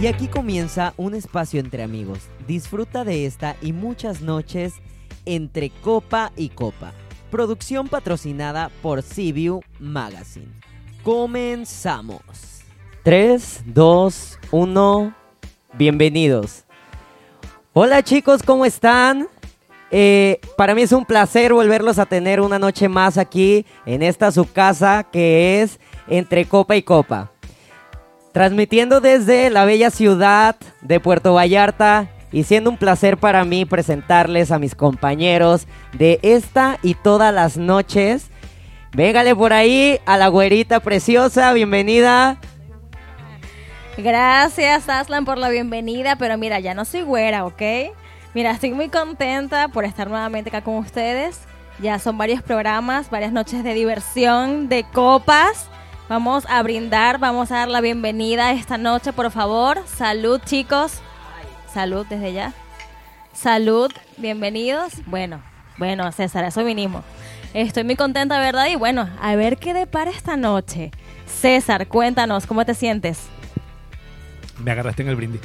Y aquí comienza un espacio entre amigos. Disfruta de esta y muchas noches entre copa y copa. Producción patrocinada por CView Magazine. Comenzamos. 3, 2, 1. Bienvenidos. Hola chicos, ¿cómo están? Para mí es un placer volverlos a tener una noche más aquí en esta su casa que es Entre Copa y Copa. Transmitiendo desde la bella ciudad de Puerto Vallarta y siendo un placer para mí presentarles a mis compañeros de esta y todas las noches. Véngale por ahí a la güerita preciosa, bienvenida. Gracias, Aslan, por la bienvenida, pero mira, ya no soy güera, ¿ok? Mira, estoy muy contenta por estar nuevamente acá con ustedes. Ya son varios programas, varias noches de diversión, de copas. Vamos a brindar, vamos a dar la bienvenida esta noche, por favor. Salud, chicos. Salud desde ya. Salud, bienvenidos. Bueno, César, eso vinimos. Estoy muy contenta, ¿verdad? Y bueno, a ver qué depara esta noche. César, cuéntanos, ¿cómo te sientes? Me agarraste en el brindis.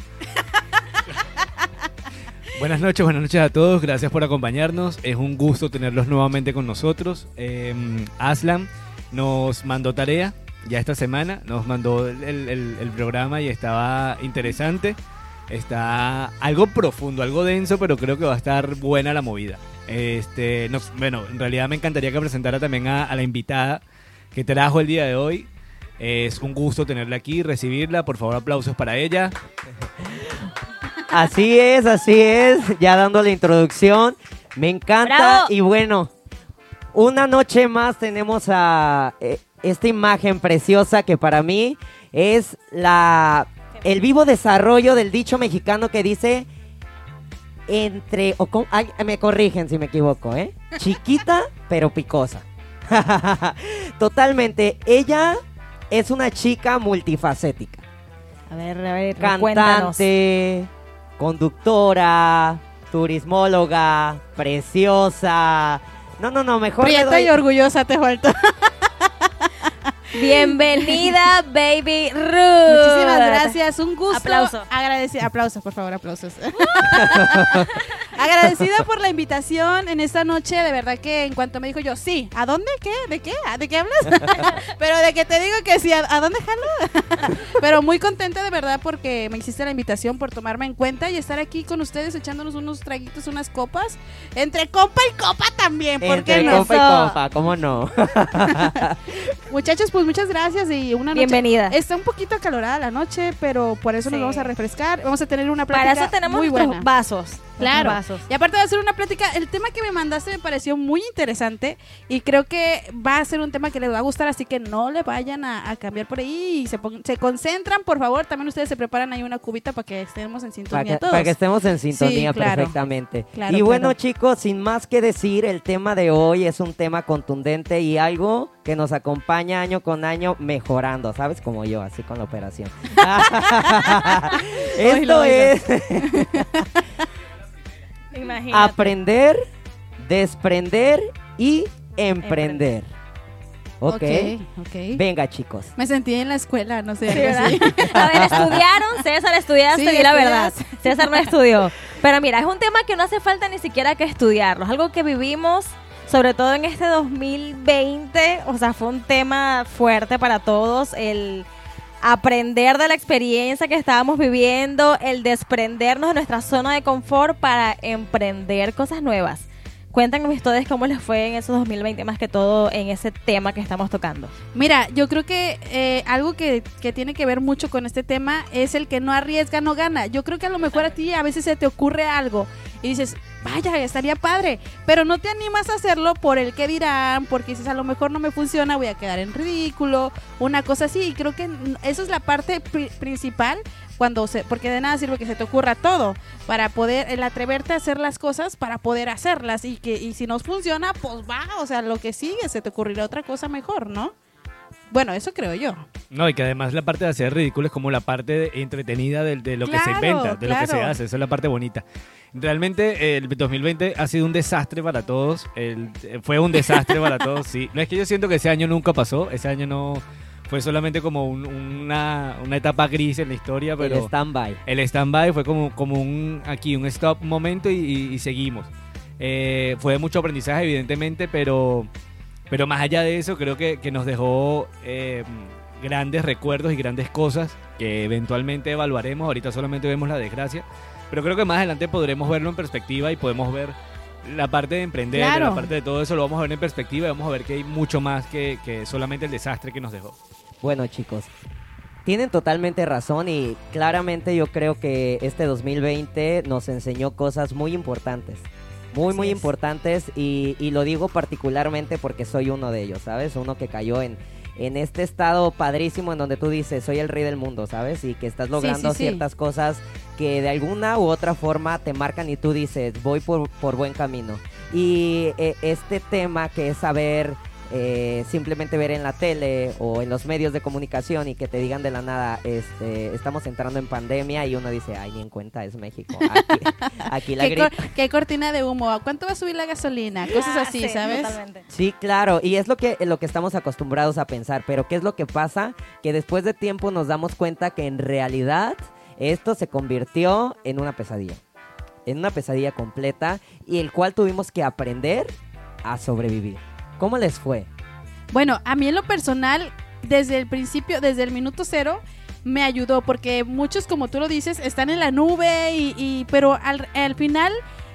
Buenas noches a todos, gracias por acompañarnos. Es un gusto tenerlos nuevamente con nosotros. Aslan nos mandó tarea ya esta semana, nos mandó el programa y estaba interesante. Está algo profundo, algo denso, pero creo que va a estar buena la movida. En realidad me encantaría que presentara también a la invitada que trajo el día de hoy. Es un gusto tenerla aquí, recibirla. Por favor, aplausos para ella. Así es, ya dando la introducción. Me encanta. ¡Bravo! Y bueno, una noche más tenemos a esta imagen preciosa que para mí es el vivo desarrollo del dicho mexicano que dice me corrigen si me equivoco, chiquita pero picosa. Totalmente, ella es una chica multifacética. A ver, cantante, conductora, turismóloga, preciosa. No, mejor prieta y orgullosa te falta. Bienvenida, Baby Ruth. Muchísimas gracias, un gusto. Aplausos, por favor, aplausos. Agradecida por la invitación en esta noche, de verdad que en cuanto me dijo yo, sí, ¿a dónde? ¿Qué? ¿De qué? ¿De qué hablas? Pero de que te digo que sí, ¿a dónde jalo? Pero muy contenta de verdad porque me hiciste la invitación, por tomarme en cuenta y estar aquí con ustedes echándonos unos traguitos, unas copas, entre copa y copa también, ¿por qué no? Entre copa y copa, ¿cómo no? Muchachos, pues muchas gracias y una noche. Bienvenida. Está un poquito acalorada la noche, pero por eso nos vamos a refrescar. Vamos a tener una plática para eso tenemos muy buena. Vasos. Claro. Vasos. Y aparte de hacer una plática, el tema que me mandaste me pareció muy interesante y creo que va a ser un tema que les va a gustar, así que no le vayan a cambiar por ahí y se concentran, por favor. También ustedes se preparan ahí una cubita para que estemos en sintonía todos. Para que estemos en sintonía, sí, claro, perfectamente. Claro, y bueno, chicos, sin más que decir, el tema de hoy es un tema contundente y algo que nos acompaña año con año mejorando, ¿sabes? Como yo, así con la operación. Esto es Imagínate. Aprender, desprender y emprender. Ok. Venga, chicos. Me sentí en la escuela, no sé. Sí, a ver, ¿estudiaron? César, ¿estudiaste? Sí, la verdad. César no estudió. Pero mira, es un tema que no hace falta ni siquiera que estudiarlo. Es algo que vivimos, sobre todo en este 2020. O sea, fue un tema fuerte para todos. El aprender de la experiencia que estábamos viviendo, el desprendernos de nuestra zona de confort para emprender cosas nuevas. Cuéntanos ustedes cómo les fue en esos 2020, más que todo en ese tema que estamos tocando. Mira, yo creo que algo que tiene que ver mucho con este tema es el que no arriesga, no gana. Yo creo que a lo mejor a ti a veces se te ocurre algo y dices, vaya, estaría padre, pero no te animas a hacerlo por el que dirán, porque dices, a lo mejor no me funciona, voy a quedar en ridículo, una cosa así. Y creo que eso es la parte principal porque de nada sirve que se te ocurra todo para poder, el atreverte a hacer las cosas para poder hacerlas y si no funciona, pues va, o sea, lo que sigue, se te ocurrirá otra cosa mejor, ¿no? Bueno, eso creo yo. No, y que además la parte de hacer ridículo es como la parte entretenida de lo que se inventa, de lo que se hace, esa es la parte bonita. Realmente el 2020 ha sido un desastre para todos, fue un desastre para todos, sí. No es que yo siento que ese año nunca pasó, ese año no fue solamente como una etapa gris en la historia, pero El stand-by. el stand-by fue como un stop, un momento y seguimos. Fue de mucho aprendizaje, evidentemente, pero más allá de eso, creo que nos dejó grandes recuerdos y grandes cosas que eventualmente evaluaremos. Ahorita solamente vemos la desgracia, pero creo que más adelante podremos verlo en perspectiva y podemos ver la parte de emprender, Claro. la parte de todo eso lo vamos a ver en perspectiva y vamos a ver que hay mucho más que solamente el desastre que nos dejó. Bueno, chicos, tienen totalmente razón y claramente yo creo que este 2020 nos enseñó cosas muy importantes. Muy es. importantes y lo digo particularmente porque soy uno de ellos, ¿sabes? Uno que cayó en este estado padrísimo en donde tú dices, soy el rey del mundo, ¿sabes? Y que estás logrando sí. ciertas cosas que de alguna u otra forma te marcan y tú dices, voy por buen camino. Y este tema que es saber, simplemente ver en la tele o en los medios de comunicación y que te digan de la nada, estamos entrando en pandemia y uno dice, ay, ni en cuenta, es México. Aquí la gripe. ¿Qué cortina de humo? ¿A cuánto va a subir la gasolina? Cosas así, Sí, ¿sabes? totalmente. Sí, claro, y es lo que estamos acostumbrados a pensar, pero ¿qué es lo que pasa? Que después de tiempo nos damos cuenta que en realidad esto se convirtió en una pesadilla completa y el cual tuvimos que aprender a sobrevivir. ¿Cómo les fue? Bueno, a mí en lo personal, desde el principio, desde el minuto cero, me ayudó porque muchos, como tú lo dices, están en la nube pero al final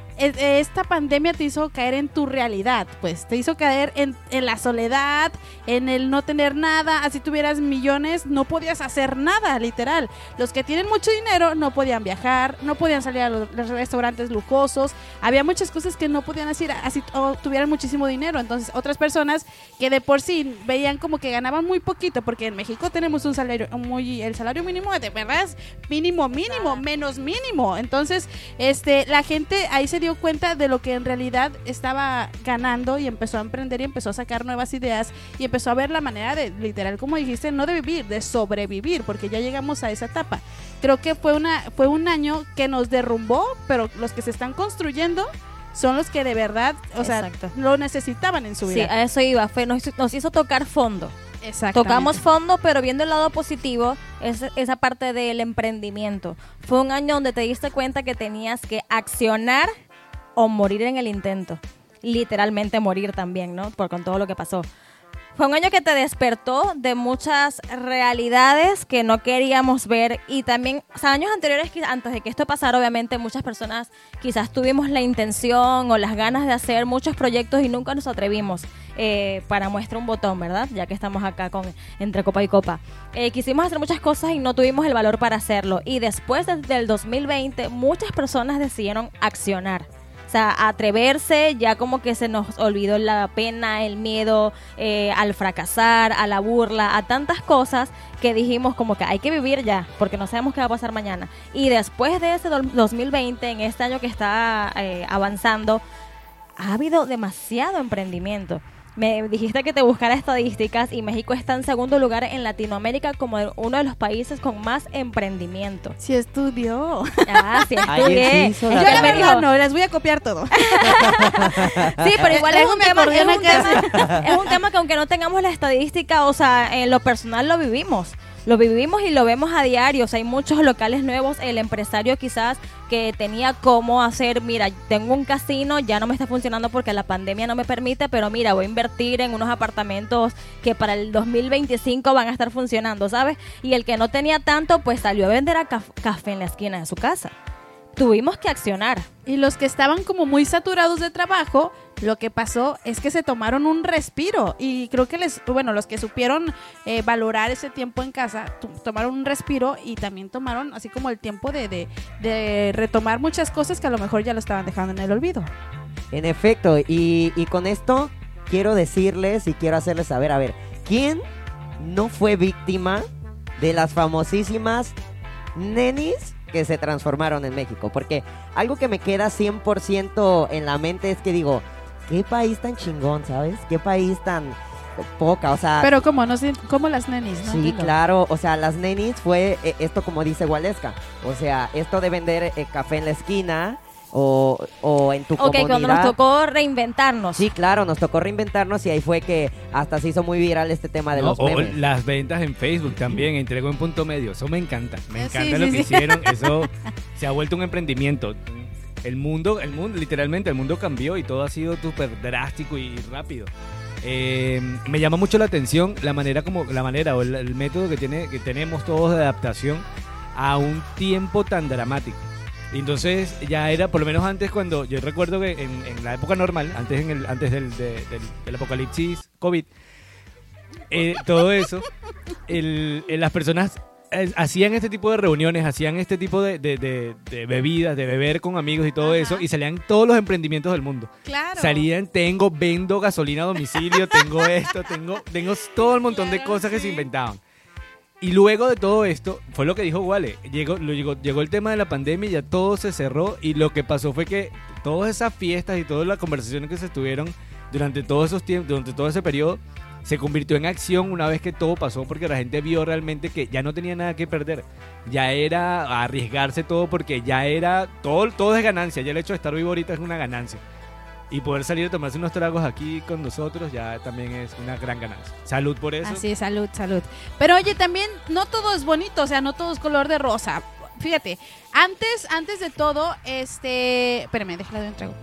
esta pandemia te hizo caer en tu realidad, pues te hizo caer en la soledad, en el no tener nada. Así tuvieras millones, no podías hacer nada, literal. Los que tienen mucho dinero no podían viajar, no podían salir a los restaurantes lujosos. Había muchas cosas que no podían hacer así o tuvieran muchísimo dinero. Entonces otras personas que de por sí veían como que ganaban muy poquito, porque en México tenemos un salario el salario mínimo de verdad es mínimo, menos mínimo. Entonces la gente ahí se dio cuenta de lo que en realidad estaba ganando y empezó a emprender y empezó a sacar nuevas ideas y empezó a ver la manera de, literal, como dijiste, no de vivir, de sobrevivir, porque ya llegamos a esa etapa. Creo que fue un año que nos derrumbó, pero los que se están construyendo son los que de verdad, Exacto. lo necesitaban en su Sí, vida. a eso iba. Nos hizo tocar fondo. Exactamente. Tocamos fondo, pero viendo el lado positivo, esa parte del emprendimiento. Fue un año donde te diste cuenta que tenías que accionar o morir en el intento. Literalmente morir también, ¿no? Con todo lo que pasó. Fue un año que te despertó de muchas realidades que no queríamos ver y también, o sea, años anteriores, antes de que esto pasara, obviamente muchas personas quizás tuvimos la intención o las ganas de hacer muchos proyectos y nunca nos atrevimos. Para muestra un botón, ¿verdad? Ya que estamos acá entre copa y copa. Quisimos hacer muchas cosas y no tuvimos el valor para hacerlo. Y después del 2020, muchas personas decidieron accionar. O sea, atreverse, ya como que se nos olvidó la pena, el miedo al fracasar, a la burla, a tantas cosas que dijimos como que hay que vivir ya, porque no sabemos qué va a pasar mañana. Y después de ese 2020, en este año que está avanzando, ha habido demasiado emprendimiento. Me dijiste que te buscara estadísticas y México está en segundo lugar en Latinoamérica como uno de los países con más emprendimiento. Sí estudió. Ah, sí, estudié. Alguien sí hizo Yo la Ella la me tarea. verdad dijo, no, les voy a copiar todo. sí, pero igual es Luego un me tema, acordé una es un tema que aunque no tengamos la estadística, o sea, en lo personal lo vivimos y lo vemos a diario. O sea, hay muchos locales nuevos. El empresario quizás que tenía cómo hacer, mira, tengo un casino, ya no me está funcionando porque la pandemia no me permite, pero mira, voy a invertir en unos apartamentos que para el 2025 van a estar funcionando, ¿sabes? Y el que no tenía tanto, pues salió a vender a café en la esquina de su casa. Tuvimos que accionar. Y los que estaban como muy saturados de trabajo, lo que pasó es que se tomaron un respiro. Y creo que los que supieron valorar ese tiempo en casa, tomaron un respiro y también tomaron así como el tiempo de retomar muchas cosas que a lo mejor ya lo estaban dejando en el olvido. En efecto, y con esto quiero decirles y quiero hacerles saber, a ver, ¿quién no fue víctima de las famosísimas nenis que se transformaron en México? Porque algo que me queda 100% en la mente es que digo, qué país tan chingón, ¿sabes? Qué país tan poca, o sea... Pero como no sé, como las nenis, ¿no? Sí, Entiendo. claro, o sea, las nenis fue esto como dice Waleska, o sea, esto de vender café en la esquina, o en tu Ok, comunidad. cuando nos tocó reinventarnos. Sí, claro, nos tocó reinventarnos y ahí fue que hasta se hizo muy viral este tema de No, los o memes. las ventas en Facebook también, entrego en punto medio. Eso me encanta. Me Sí, encanta sí, lo que sí. hicieron. Eso se ha vuelto un emprendimiento. El mundo, literalmente, el mundo cambió y todo ha sido súper drástico y rápido. Me llama mucho la atención la manera o el método que tenemos todos de adaptación a un tiempo tan dramático. Y entonces ya era, por lo menos antes, cuando yo recuerdo que en la época normal, antes del apocalipsis COVID, todo eso, las personas hacían este tipo de reuniones, hacían este tipo de bebidas, de beber con amigos y todo Ajá. eso, y salían todos los emprendimientos del mundo. Claro. Vendo gasolina a domicilio, tengo esto, tengo todo el montón de Claro, cosas que sí. se inventaban. Y luego de todo esto, fue lo que dijo Wale, llegó el tema de la pandemia y ya todo se cerró, y lo que pasó fue que todas esas fiestas y todas las conversaciones que se estuvieron durante todos esos tiempos, durante todo ese periodo, se convirtió en acción una vez que todo pasó, porque la gente vio realmente que ya no tenía nada que perder. Ya era arriesgarse todo, porque ya era todo es ganancia. Ya el hecho de estar vivo ahorita es una ganancia. Y poder salir a tomarse unos tragos aquí con nosotros ya también es una gran ganancia. Salud por eso. Así es, salud, salud. Pero oye, también no todo es bonito, o sea, no todo es color de rosa. Fíjate, antes de todo, espérame, déjala de un trago.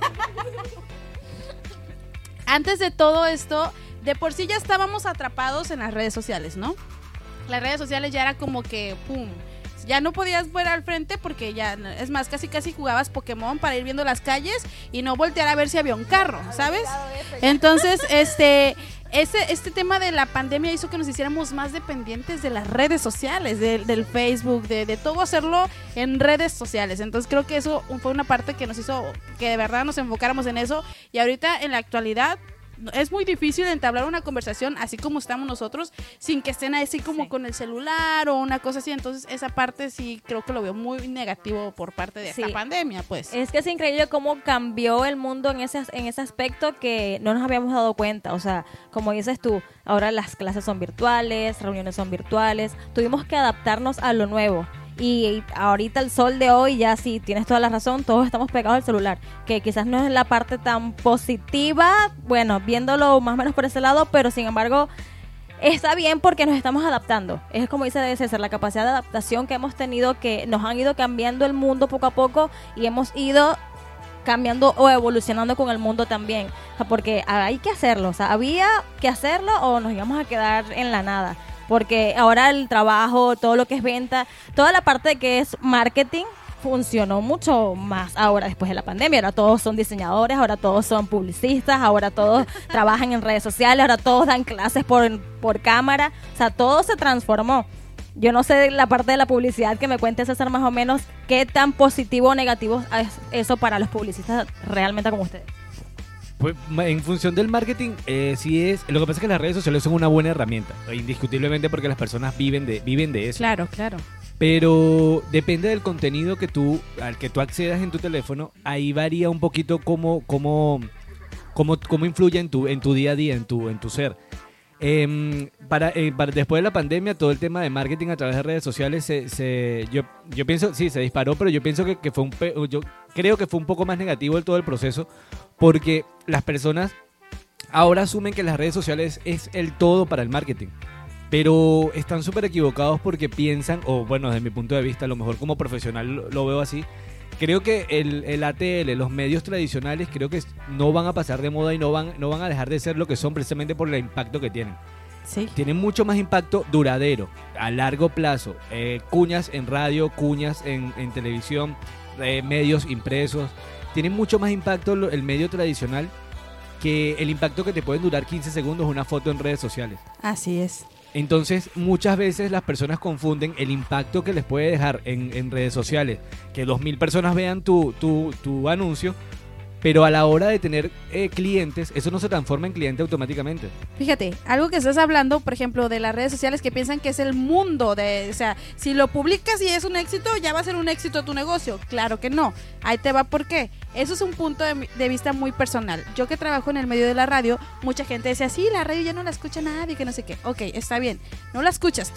Antes de todo esto, de por sí ya estábamos atrapados en las redes sociales, ¿no? Las redes sociales ya era como que, ¡pum! Ya no podías ver al frente porque ya, es más, casi jugabas Pokémon para ir viendo las calles y no voltear a ver si había un carro, ¿sabes? Entonces, este tema de la pandemia hizo que nos hiciéramos más dependientes de las redes sociales, del Facebook, de todo hacerlo en redes sociales. Entonces creo que eso fue una parte que nos hizo que de verdad nos enfocáramos en eso, y ahorita en la actualidad es muy difícil entablar una conversación así como estamos nosotros sin que estén así como Sí. con el celular o una cosa así. Entonces esa parte sí creo que lo veo muy negativo por parte de esta Sí. pandemia, pues. Es que es increíble cómo cambió el mundo en ese aspecto que no nos habíamos dado cuenta. O sea, como dices tú, ahora las clases son virtuales, reuniones son virtuales. Tuvimos que adaptarnos a lo nuevo. Y ahorita el sol de hoy, ya sí, tienes toda la razón, todos estamos pegados al celular, que quizás no es la parte tan positiva, bueno, viéndolo más o menos por ese lado, pero sin embargo está bien porque nos estamos adaptando. Es como dice César, la capacidad de adaptación que hemos tenido, que nos han ido cambiando el mundo poco a poco y hemos ido cambiando o evolucionando con el mundo también. O sea, porque hay que hacerlo, o sea, había que hacerlo o nos íbamos a quedar en la nada. Porque ahora el trabajo, todo lo que es venta, toda la parte que es marketing funcionó mucho más ahora después de la pandemia. Ahora todos son diseñadores, ahora todos son publicistas, ahora todos trabajan en redes sociales, ahora todos dan clases por cámara. O sea, todo se transformó. Yo no sé la parte de la publicidad, que me cuente César más o menos qué tan positivo o negativo es eso para los publicistas realmente como ustedes. Pues en función del marketing, sí es. Lo que pasa es que las redes sociales son una buena herramienta, indiscutiblemente, porque las personas viven de eso. Claro. Pero depende del contenido al que tú accedas en tu teléfono. Ahí varía un poquito cómo influye en tu día a día, en tu ser. Después de la pandemia, todo el tema de marketing a través de redes sociales yo pienso, sí, se disparó, pero yo pienso que yo creo que fue un poco más negativo todo el proceso, porque las personas ahora asumen que las redes sociales es el todo para el marketing, pero están súper equivocados porque piensan, o bueno, desde mi punto de vista, a lo mejor como profesional lo veo así. Creo que el ATL, los medios tradicionales, creo que no van a pasar de moda y no van a dejar de ser lo que son, precisamente por el impacto que tienen. Sí. Tienen mucho más impacto duradero, a largo plazo. Cuñas en radio, cuñas en televisión, medios impresos. Tienen mucho más impacto el medio tradicional que el impacto que te pueden durar 15 segundos una foto en redes sociales. Así es. Entonces, muchas veces las personas confunden el impacto que les puede dejar en redes sociales, que 2.000 personas vean tu anuncio, pero a la hora de tener clientes, eso no se transforma en cliente automáticamente. Fíjate, algo que estás hablando, por ejemplo, de las redes sociales, que piensan que es el mundo, o sea, si lo publicas y es un éxito, ya va a ser un éxito tu negocio. Claro que no. Ahí te va por qué. Eso es un punto de vista muy personal. Yo que trabajo en el medio de la radio, mucha gente dice, sí, la radio ya no la escucha nadie, que no sé qué. Ok, está bien, no la escuchas tú,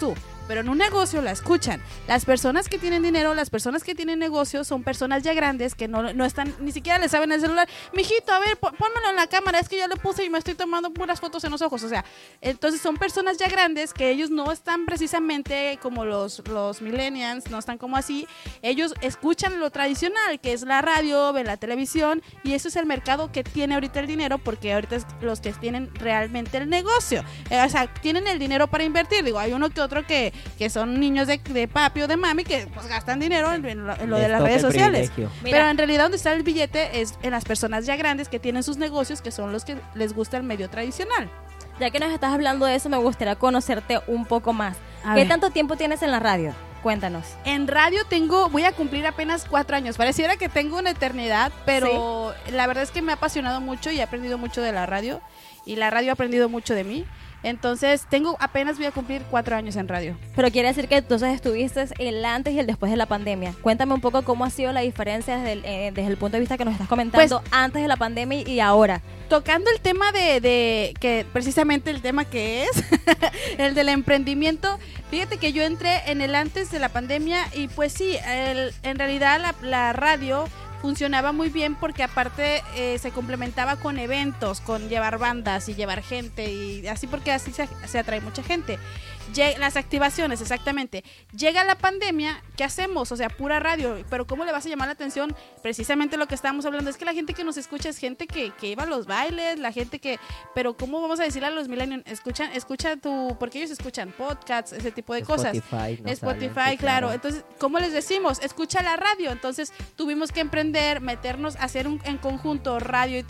pero en un negocio la escuchan. Las personas que tienen dinero, las personas que tienen negocios son personas ya grandes que no están, ni siquiera le saben el celular. Mijito, a ver, pónmelo en la cámara, es que ya le puse y me estoy tomando puras fotos en los ojos. O sea, entonces son personas ya grandes que ellos no están precisamente como los millennials, no están como así. Ellos escuchan lo tradicional, que es la radio, ven la televisión, y eso es el mercado que tiene ahorita el dinero, porque ahorita es los que tienen realmente el negocio. O sea, tienen el dinero para invertir. Digo, hay uno que otro que son niños de papi o de mami que pues gastan dinero en lo de las redes sociales. Pero en realidad donde está el billete es en las personas ya grandes que tienen sus negocios, que son los que les gusta el medio tradicional. Ya que nos estás hablando de eso, me gustaría conocerte un poco más. ¿Qué tanto tiempo tienes en la radio? Cuéntanos. En radio voy a cumplir apenas 4 años. Pareciera que tengo una eternidad, pero ¿sí? La verdad es que me ha apasionado mucho y he aprendido mucho de la radio. Y la radio ha aprendido mucho de mí. Entonces, apenas voy a cumplir 4 años en radio. Pero quiere decir que entonces estuviste el antes y el después de la pandemia. Cuéntame un poco cómo ha sido la diferencia desde el punto de vista que nos estás comentando, pues, antes de la pandemia y ahora. Tocando el tema de que precisamente el tema que es, el del emprendimiento, fíjate que yo entré en el antes de la pandemia y pues sí, en realidad la radio funcionaba muy bien porque aparte se complementaba con eventos, con llevar bandas y llevar gente y así, porque así se atrae mucha gente. Las activaciones, exactamente. Llega la pandemia, ¿qué hacemos? O sea, pura radio, pero ¿cómo le vas a llamar la atención? Precisamente lo que estábamos hablando es que la gente que nos escucha es gente que iba a los bailes, la gente que, pero ¿cómo vamos a decirle a los millennials? Porque ellos escuchan podcasts, ese tipo de cosas. Spotify, claro. Entonces, ¿cómo les decimos? Escucha la radio. Entonces, tuvimos que emprender, meternos, hacer en conjunto radio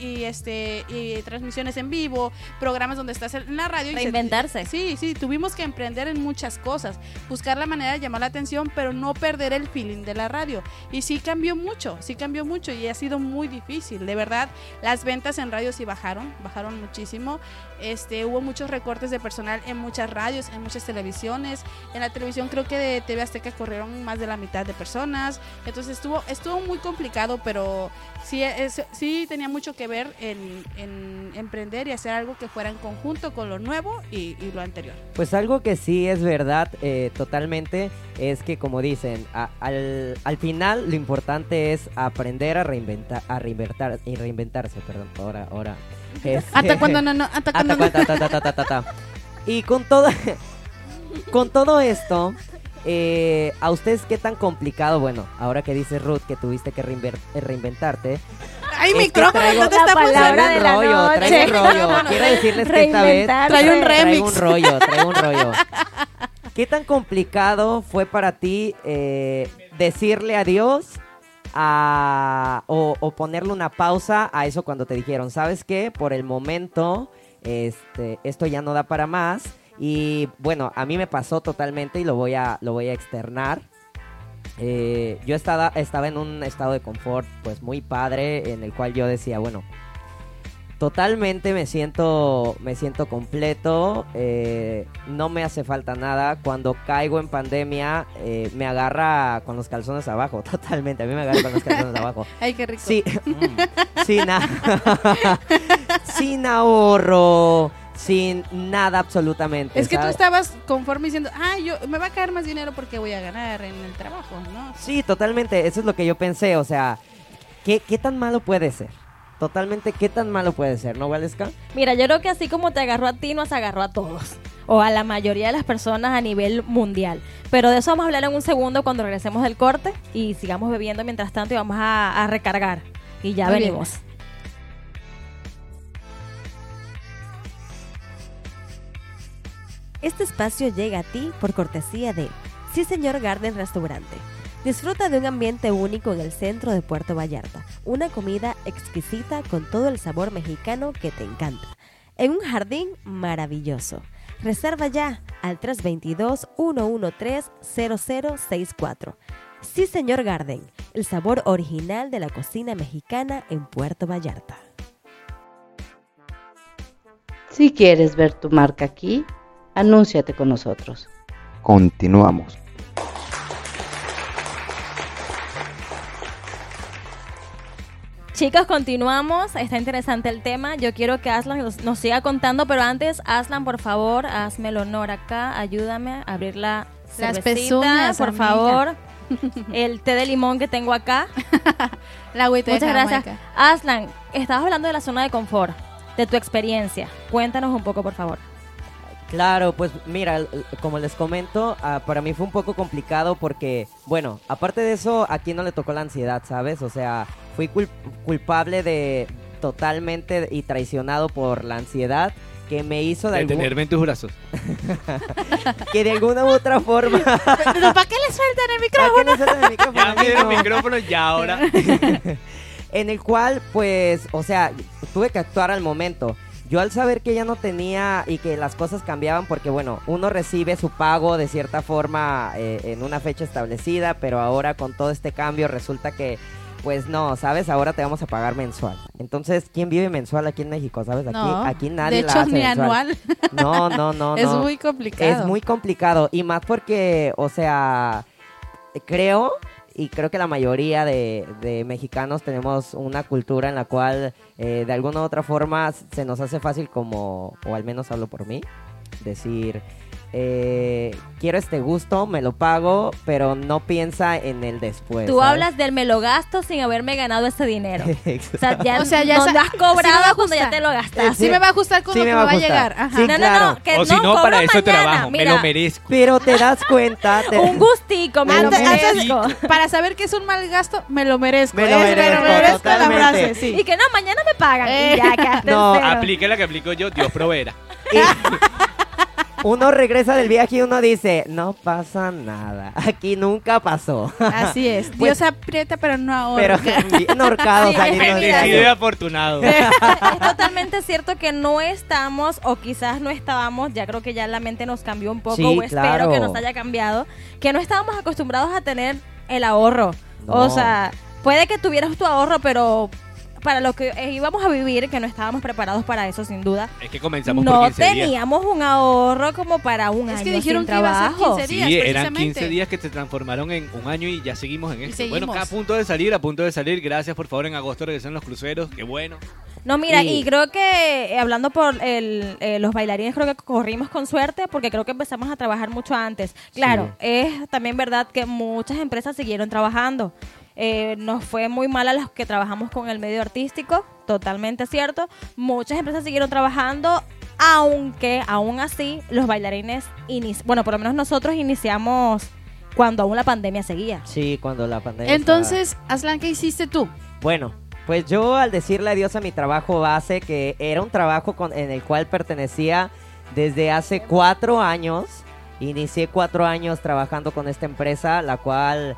y transmisiones en vivo, programas donde estás en la radio. Reinventarse. Sí, tuvimos que emprender en muchas cosas, buscar la manera de llamar la atención, pero no perder el feeling de la radio. Y sí cambió mucho y ha sido muy difícil, de verdad. Las ventas en radio sí bajaron muchísimo. Hubo muchos recortes de personal en muchas radios, en muchas televisiones. En la televisión creo que de TV Azteca corrieron más de la mitad de personas. Entonces estuvo muy complicado, pero sí tenía mucho que ver en emprender y hacer algo que fuera en conjunto con lo nuevo y lo anterior. Pues algo que sí es verdad totalmente es que, como dicen, al final lo importante es aprender a reinventarse, perdón, ahora. Hasta cuando no. Y con todo esto, ¿a ustedes qué tan complicado? Bueno, ahora que dice Ruth que tuviste que reinventarte. ¡Ay, micrófono! No te está palabra de la noche. Traigo un rollo. Quiero decirles que esta vez trae un remix. Traigo un rollo. ¿Qué tan complicado fue para ti decirle adiós o ponerle una pausa a eso cuando te dijeron, ¿sabes qué? Por el momento esto ya no da para más? Y bueno, a mí me pasó totalmente y lo voy a externar. Yo estaba en un estado de confort pues muy padre, en el cual yo decía, bueno, totalmente me siento completo, no me hace falta nada. Cuando caigo en pandemia me agarra con los calzones abajo, totalmente, a mí me agarra con los calzones abajo. Ay, qué rico. Sí, sin ahorro, sin nada absolutamente. Es que ¿sabes? tú estabas conforme diciendo, me va a caer más dinero porque voy a ganar en el trabajo, ¿no? Sí, totalmente, eso es lo que yo pensé, o sea, ¿qué tan malo puede ser? Totalmente, ¿qué tan malo puede ser, no, Valesca? Mira, yo creo que así como te agarró a ti, nos agarró a todos. O a la mayoría de las personas a nivel mundial. Pero de eso vamos a hablar en un segundo cuando regresemos del corte y sigamos bebiendo mientras tanto y vamos a recargar. Y ya venimos. Bien. Este espacio llega a ti por cortesía de Sí Señor Garden Restaurante. Disfruta de un ambiente único en el centro de Puerto Vallarta. Una comida exquisita con todo el sabor mexicano que te encanta. En un jardín maravilloso. Reserva ya al 322-113-0064. Sí Señor Garden, el sabor original de la cocina mexicana en Puerto Vallarta. Si quieres ver tu marca aquí, anúnciate con nosotros. Continuamos. Chicos, continuamos. Está interesante el tema. Yo quiero que Aslan nos siga contando, pero antes, Aslan, por favor, hazme el honor acá. Ayúdame a abrir la Las cervecita, pezuñas, por amiga. favor. El té de limón que tengo acá. La agüita de Muchas gracias. Jamaica. Aslan, estabas hablando de la zona de confort, de tu experiencia. Cuéntanos un poco, por favor. Claro, pues mira, como les comento, para mí fue un poco complicado porque, bueno, aparte de eso, a quién no le tocó la ansiedad, ¿sabes? O sea, fui culpable de totalmente y traicionado por la ansiedad que me hizo De tenerme en tus brazos. que de alguna u otra forma... ¿Pero para qué le sueltan el micrófono? ¿Para qué no sueltan el micrófono, Ya me dieron amigo? micrófono, ya ahora. En el cual, pues, o sea, tuve que actuar al momento. Yo al saber que ya no tenía y que las cosas cambiaban, porque bueno, uno recibe su pago de cierta forma en una fecha establecida, pero ahora con todo este cambio resulta que, pues no, ¿sabes? Ahora te vamos a pagar mensual. Entonces, ¿quién vive mensual aquí en México? ¿Sabes? Aquí, No, aquí nadie de la hecho, hace ni mensual. anual. No. Es muy complicado. Es muy complicado y más porque, o sea, creo que la mayoría de mexicanos tenemos una cultura en la cual de alguna u otra forma se nos hace fácil como, o al menos hablo por mí, decir, quiero este gusto, me lo pago, pero no piensa en el después. Tú ¿sabes? hablas del me lo gasto sin haberme ganado ese dinero. Exacto. O sea, ya, O sea, ya no sa- lo has sí me va a cobrado cuando ya gustar. te lo gastaste. Sí me va a ajustar con Sí lo me que va a me va a gustar. llegar. Ajá. Sí, no, claro. que O si no, cobro para eso mañana. trabajo. Me Mira, lo merezco. Pero te das cuenta. un gustico, me lo Antes- merezco. Para saber que es un mal gasto, me lo merezco. Me lo merezco, la totalmente. frase, sí. Y que no, mañana me pagan. Y ya, quedaste No, en cero. Aplique la que aplico yo, Dios proveerá. Y uno regresa del viaje y uno dice, no pasa nada, aquí nunca pasó. Así es. Pues- Dios aprieta, pero no Pero ahorca. bien ahorcado Sí, saliendo del mira, Bendecido y viaje. afortunado. Es totalmente cierto que no estamos, o quizás no estábamos, ya creo que ya la mente nos cambió un poco, Sí, o espero claro. que nos haya cambiado, que no estábamos acostumbrados a tener el ahorro. No. O sea, puede que tuvieras tu ahorro, pero para lo que íbamos a vivir, que no estábamos preparados para eso, sin duda, Es que comenzamos por no 15 días. teníamos un ahorro como para un Es año que dijeron sin que iba a ser trabajo. 15 Sí, días, eran precisamente. 15 días que se transformaron en un año y ya seguimos en esto. seguimos. Bueno, acá a punto de salir. Gracias, por favor, en agosto regresan los cruceros. Qué bueno. No, mira, Y- y creo que hablando por los bailarines, creo que corrimos con suerte porque creo que empezamos a trabajar mucho antes. Claro, es también verdad que muchas empresas siguieron trabajando. Nos fue muy mal a los que trabajamos con el medio artístico, totalmente cierto. Muchas empresas siguieron trabajando, aunque aún así los bailarines, bueno, por lo menos nosotros iniciamos cuando aún la pandemia seguía. Sí, cuando la pandemia Entonces, Aslan, ¿qué hiciste tú? estaba- Bueno, pues yo al decirle adiós a mi trabajo base, que era un trabajo en el cual pertenecía desde hace 4 años, inicié 4 años trabajando con esta empresa, la cual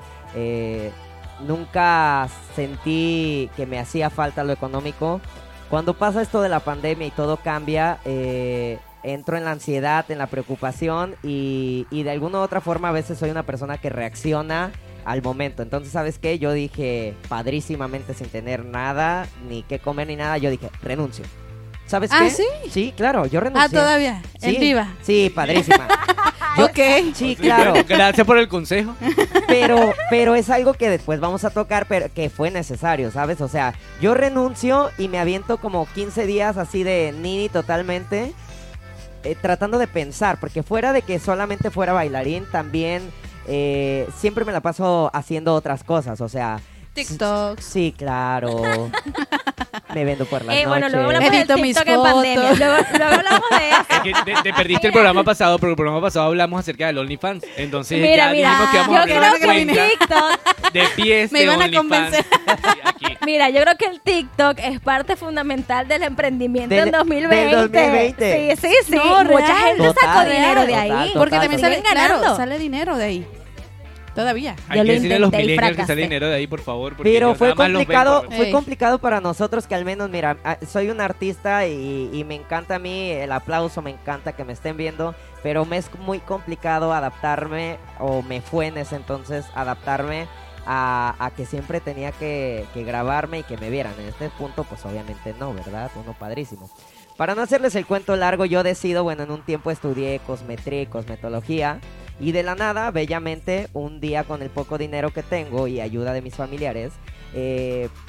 nunca sentí que me hacía falta lo económico. Cuando pasa esto de la pandemia y todo cambia, entro en la ansiedad, en la preocupación y de alguna u otra forma a veces soy una persona que reacciona al momento. Entonces, ¿sabes qué? Yo dije, padrísimamente sin tener nada, ni qué comer ni nada, yo dije, renuncio. ¿Sabes ¿Ah, qué? sí? Sí, claro, yo renuncié. Todavía, Sí, en viva. Sí, padrísima. Ok. Sí, claro. Gracias por el consejo. Pero es algo que después vamos a tocar, pero que fue necesario, ¿sabes? O sea, yo renuncio y me aviento como 15 días así de nini totalmente, tratando de pensar, porque fuera de que solamente fuera bailarín, también siempre me la paso haciendo otras cosas, o sea... TikToks. Sí, claro. Me vendo por las Bueno, noches. luego hablamos del Edito mis TikTok en pandemia. fotos. Luego hablamos de eso. Es que te perdiste el programa pasado, porque el programa pasado hablamos acerca del OnlyFans. Entonces Mira, ya mira, dijimos que vamos yo a abrir creo una que el cuenta TikTok, de pies Me de iban a OnlyFans. convencer. Sí, aquí. mira, yo creo que el TikTok es parte fundamental del emprendimiento Del- en 2020. del 2020. Sí. No, Mucha real. gente Total, sacó dinero de total, ahí. total. Porque también Siguen sale, ganando. claro, sale dinero de ahí. Todavía. Hay Yo que lo decirle a los intenté y millennials que fracasé. sale dinero de ahí, por favor. porque Pero ellos fue nada más los ven complicado, por- fue Ey. complicado para nosotros que al menos, mira, soy un artista y me encanta a mí el aplauso, me encanta que me estén viendo, pero me es muy complicado adaptarme, o me fue en ese entonces adaptarme a que siempre tenía que grabarme y que me vieran. En este punto, pues obviamente no, ¿verdad? Uno padrísimo. Para no hacerles el cuento largo, yo decido, bueno, en un tiempo estudié cosmetría y cosmetología. Y de la nada, bellamente, un día con el poco dinero que tengo y ayuda de mis familiares,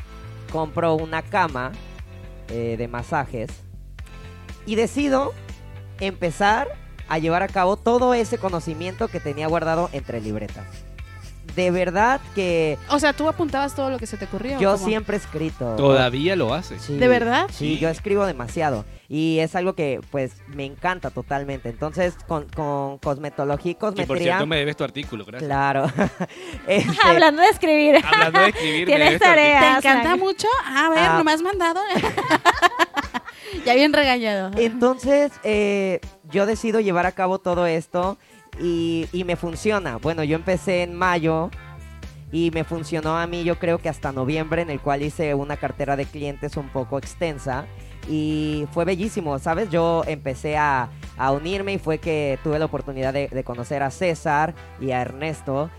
compro una cama de masajes y decido empezar a llevar a cabo todo ese conocimiento que tenía guardado entre libretas. De verdad que O sea, tú apuntabas todo lo que se te ocurrió. yo ¿cómo? siempre he escrito. Todavía lo hace. Sí, ¿De verdad? Sí, yo escribo demasiado. Y es algo que, pues, me encanta totalmente. Entonces, con cosmetología y Que por cosmetría... cierto me debes tu artículo, gracias. Claro. Este, Hablando de escribir. Hablando de escribir, me Tienes debes tu artículo. tarea. ¿Te encanta Aslan. mucho? A ver, Ah. no me has mandado. Ya bien regañado. Entonces, yo decido llevar a cabo todo esto y me funciona. Bueno, yo empecé en mayo y me funcionó a mí, yo creo que hasta noviembre, en el cual hice una cartera de clientes un poco extensa y fue bellísimo, ¿sabes? Yo empecé a unirme y fue que tuve la oportunidad de conocer a César y a Ernesto.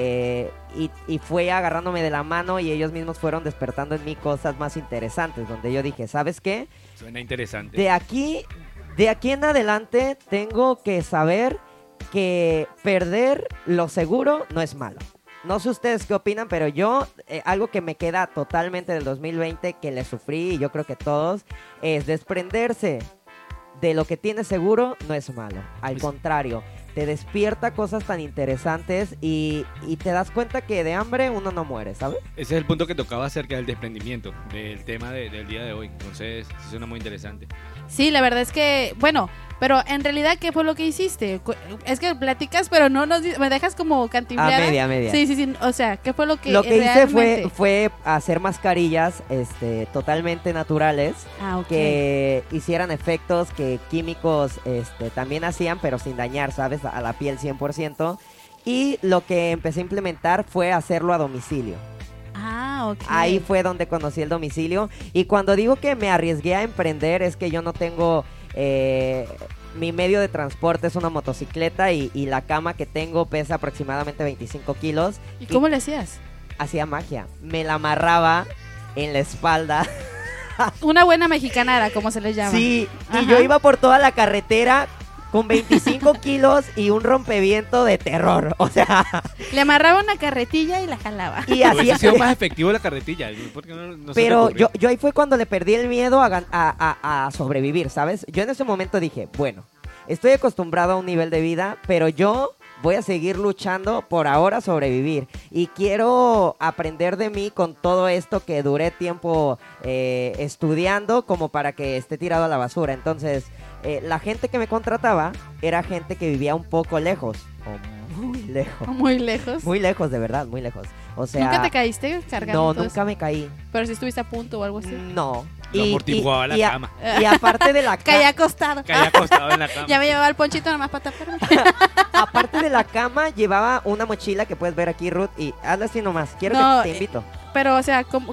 Y fue agarrándome de la mano y ellos mismos fueron despertando en mí cosas más interesantes, donde yo dije, ¿sabes qué? Suena interesante. De aquí en adelante tengo que saber que perder lo seguro no es malo. No sé ustedes qué opinan, pero yo, algo que me queda totalmente del 2020, que le sufrí, y yo creo que todos, es desprenderse de lo que tienes seguro no es malo. Al contrario, te despierta cosas tan interesantes y te das cuenta que de hambre uno no muere, ¿sabes? Ese es el punto que tocaba acerca del desprendimiento, del tema del día de hoy. Entonces, sí suena muy interesante. Sí, la verdad es que, bueno, pero en realidad, ¿qué fue lo que hiciste? Es que platicas, pero no me dejas como cantimblear. A media. Sí. O sea, ¿qué fue lo que Lo que hice realmente? fue hacer mascarillas totalmente naturales. Ah, ok. Que hicieran efectos que químicos también hacían, pero sin dañar, ¿sabes? A la piel 100%. Y lo que empecé a implementar fue hacerlo a domicilio. Ah, ok. Ahí fue donde conocí el domicilio. Y cuando digo que me arriesgué a emprender, es que yo no tengo... mi medio de transporte es una motocicleta y la cama que tengo pesa aproximadamente 25 kilos. ¿Y cómo le hacías? Hacía magia. Me la amarraba en la espalda. Una buena mexicanada, como se les llama. Sí, Ajá. y yo iba por toda la carretera con 25 kilos y un rompeviento de terror. O sea, Le amarraba una carretilla y la jalaba. y Hubiese hacía... sido más efectivo la carretilla. ¿Por qué no se te Pero ocurrió? yo ahí fue cuando le perdí el miedo a sobrevivir, ¿sabes? Yo en ese momento dije, bueno, estoy acostumbrado a un nivel de vida, pero yo voy a seguir luchando por ahora sobrevivir. Y quiero aprender de mí con todo esto que duré tiempo estudiando como para que esté tirado a la basura. Entonces, la gente que me contrataba era gente que vivía un poco lejos, o muy lejos. Muy lejos. Muy lejos, de verdad, muy lejos. O sea, ¿Nunca te caíste cargando no, todo nunca me caí. eso? Pero si estuviste a punto o algo así. No. Lo amortiguaba la cama. Y aparte de la Caí cama, acostado. Caía acostado en la cama. Ya me llevaba el ponchito nomás para taparme. aparte de la cama, llevaba una mochila que puedes ver aquí, Ruth, y hazla así nomás. Quiero No, que te invito. Pero, o sea, ¿cómo?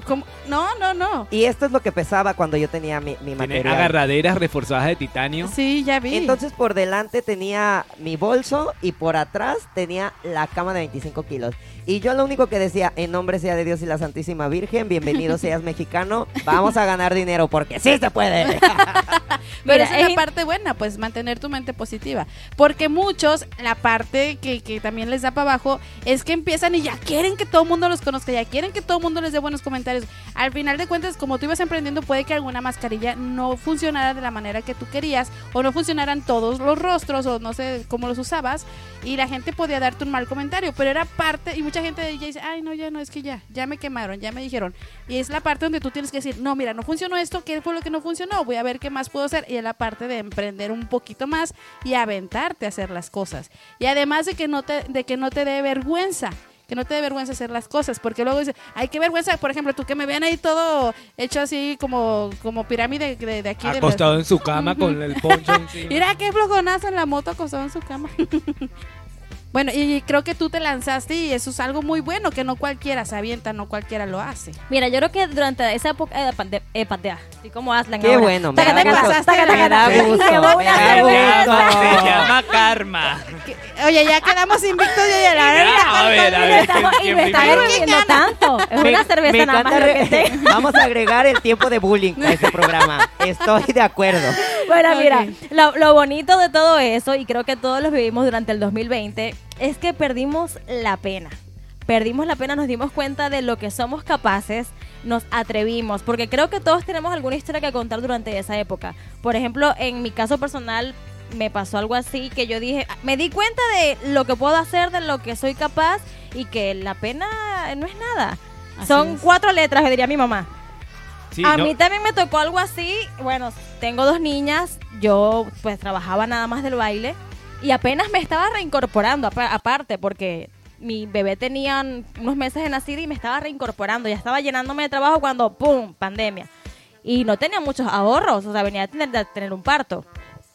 No. Y esto es lo que pesaba cuando yo tenía mi Tiene material. agarraderas reforzadas de titanio. Sí, ya vi. Entonces por delante tenía mi bolso y por atrás tenía la cama de 25 kilos. Y yo lo único que decía, en nombre sea de Dios y la Santísima Virgen, bienvenido seas mexicano, vamos a ganar dinero porque sí se puede. Pero Mira, esa es es la parte buena, pues mantener tu mente positiva. Porque muchos, la parte que también les da para abajo, es que empiezan y ya quieren que todo el mundo los conozca, ya quieren que todo el mundo les dé buenos comentarios. Al final de cuentas, como tú ibas emprendiendo, puede que alguna mascarilla no funcionara de la manera que tú querías, o no funcionaran todos los rostros, o no sé cómo los usabas, y la gente podía darte un mal comentario, pero era parte, y mucha gente dice, ay, no, ya no, es que ya me quemaron, ya me dijeron. Y es la parte donde tú tienes que decir, no, mira, no funcionó esto, ¿qué fue lo que no funcionó? Voy a ver qué más puedo hacer. Y es la parte de emprender un poquito más y aventarte a hacer las cosas. Y además de que no te dé vergüenza. Que no te dé vergüenza hacer las cosas, porque luego dices, ay, qué vergüenza, por ejemplo, tú que me vean ahí todo hecho así como pirámide de aquí. Acostado en su cama con el poncho encima. Mira qué flojonazo en la moto acostado en su cama. Bueno, y creo que tú te lanzaste y eso es algo muy bueno, que no cualquiera se avienta, no cualquiera lo hace. Mira, yo creo que durante esa época de pandemia, así como Aslan Qué ahora. bueno, me Taca, da taca, gusto. taca, taca, Me da taca. gusto, Llevó me una da cerveza. gusto. Se llama karma. Oye, ya quedamos invictos y ya la A ver, Y me está primero. hirviendo tanto. Es una cerveza nada más encanta lo que tengo. Vamos a agregar el tiempo de bullying a este programa. Estoy de acuerdo. Bueno, mira, Ok. lo bonito de todo eso, y creo que todos lo vivimos durante el 2020, es que perdimos la pena. Perdimos la pena, nos dimos cuenta de lo que somos capaces, nos atrevimos, porque creo que todos tenemos alguna historia que contar durante esa época. Por ejemplo, en mi caso personal me pasó algo así, que yo dije, me di cuenta de lo que puedo hacer, de lo que soy capaz, y que la pena no es nada. Así Son es. 4 letras, que diría mi mamá. Sí, A no, mí también me tocó algo así. Bueno, tengo 2 niñas. Yo pues trabajaba nada más del baile y apenas me estaba reincorporando aparte, porque mi bebé tenía unos meses de nacida y me estaba reincorporando. Ya estaba llenándome de trabajo cuando ¡pum! Pandemia. Y no tenía muchos ahorros, o sea, venía de tener un parto.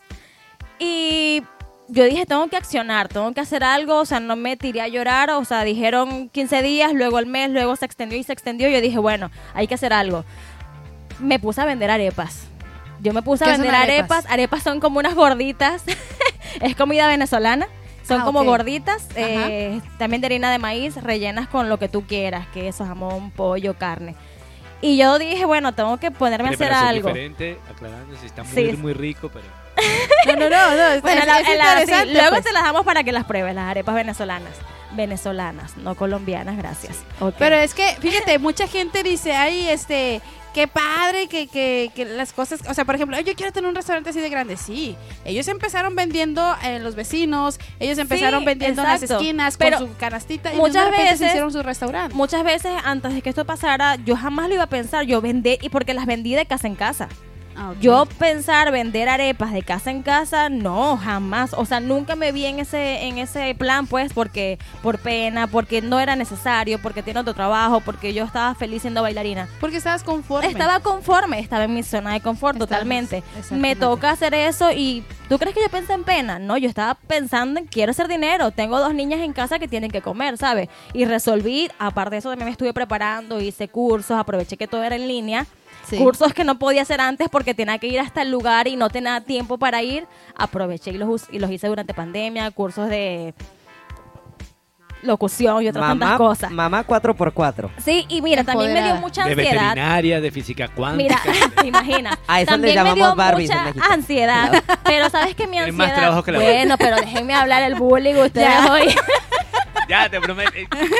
Y yo dije, tengo que accionar, tengo que hacer algo, o sea, no me tiré a llorar, o sea, dijeron 15 días, luego el mes, luego se extendió y se extendió. Yo dije, bueno, hay que hacer algo. Me puse a vender arepas. Yo me puse a ¿Qué son vender arepas? arepas. Arepas son como unas gorditas. Es comida venezolana. Son como ok. gorditas. También de harina de maíz, rellenas con lo que tú quieras. Queso, jamón, pollo, carne. Y yo dije, bueno, tengo que ponerme a hacer preparación algo. diferente, aclarando si está muy, Sí. muy rico, pero... No. Bueno, es sí, interesante, luego pues. te las damos para que las pruebes, las arepas venezolanas. Venezolanas, no colombianas, gracias. Ok. Pero es que, fíjate, mucha gente dice, ay, qué padre que las cosas, o sea, por ejemplo, yo quiero tener un restaurante así de grande. Sí, ellos empezaron vendiendo en los vecinos, ellos empezaron Sí, vendiendo en las exacto. esquinas Pero con su canastita y muchas de repente se veces- hicieron su restaurante. Muchas veces antes de que esto pasara, yo jamás lo iba a pensar. Yo vendí, y porque las vendí de casa en casa. Ah, ok. Yo pensar vender arepas de casa en casa, no, jamás. O sea, nunca me vi en ese plan, pues, porque por pena, porque no era necesario, porque tiene otro trabajo, porque yo estaba feliz siendo bailarina. Porque estabas conforme. Estaba conforme, estaba en mi zona de confort Estabas- totalmente. exactamente. Me toca hacer eso y ¿tú crees que yo pensé en pena? No, yo estaba pensando en quiero hacer dinero. Tengo 2 niñas en casa que tienen que comer, ¿sabes? Y resolví, aparte de eso también me estuve preparando, hice cursos, aproveché que todo era en línea. Sí. Cursos que no podía hacer antes porque tenía que ir hasta el lugar y no tenía tiempo para ir. Aproveché y los hice durante pandemia, cursos de locución y otras tantas cosas. Mamá 4x4. Sí, y mira, también me dio Empoderada. mucha De ansiedad. veterinaria, de física cuántica. Mira, te imaginas. A eso le También me llamamos dio Barbies en mucha México. ansiedad. Pero sabes que mi Tienen ansiedad. más trabajo que la bueno, pero déjenme hablar el bullying ustedes hoy. Ya, te prometo.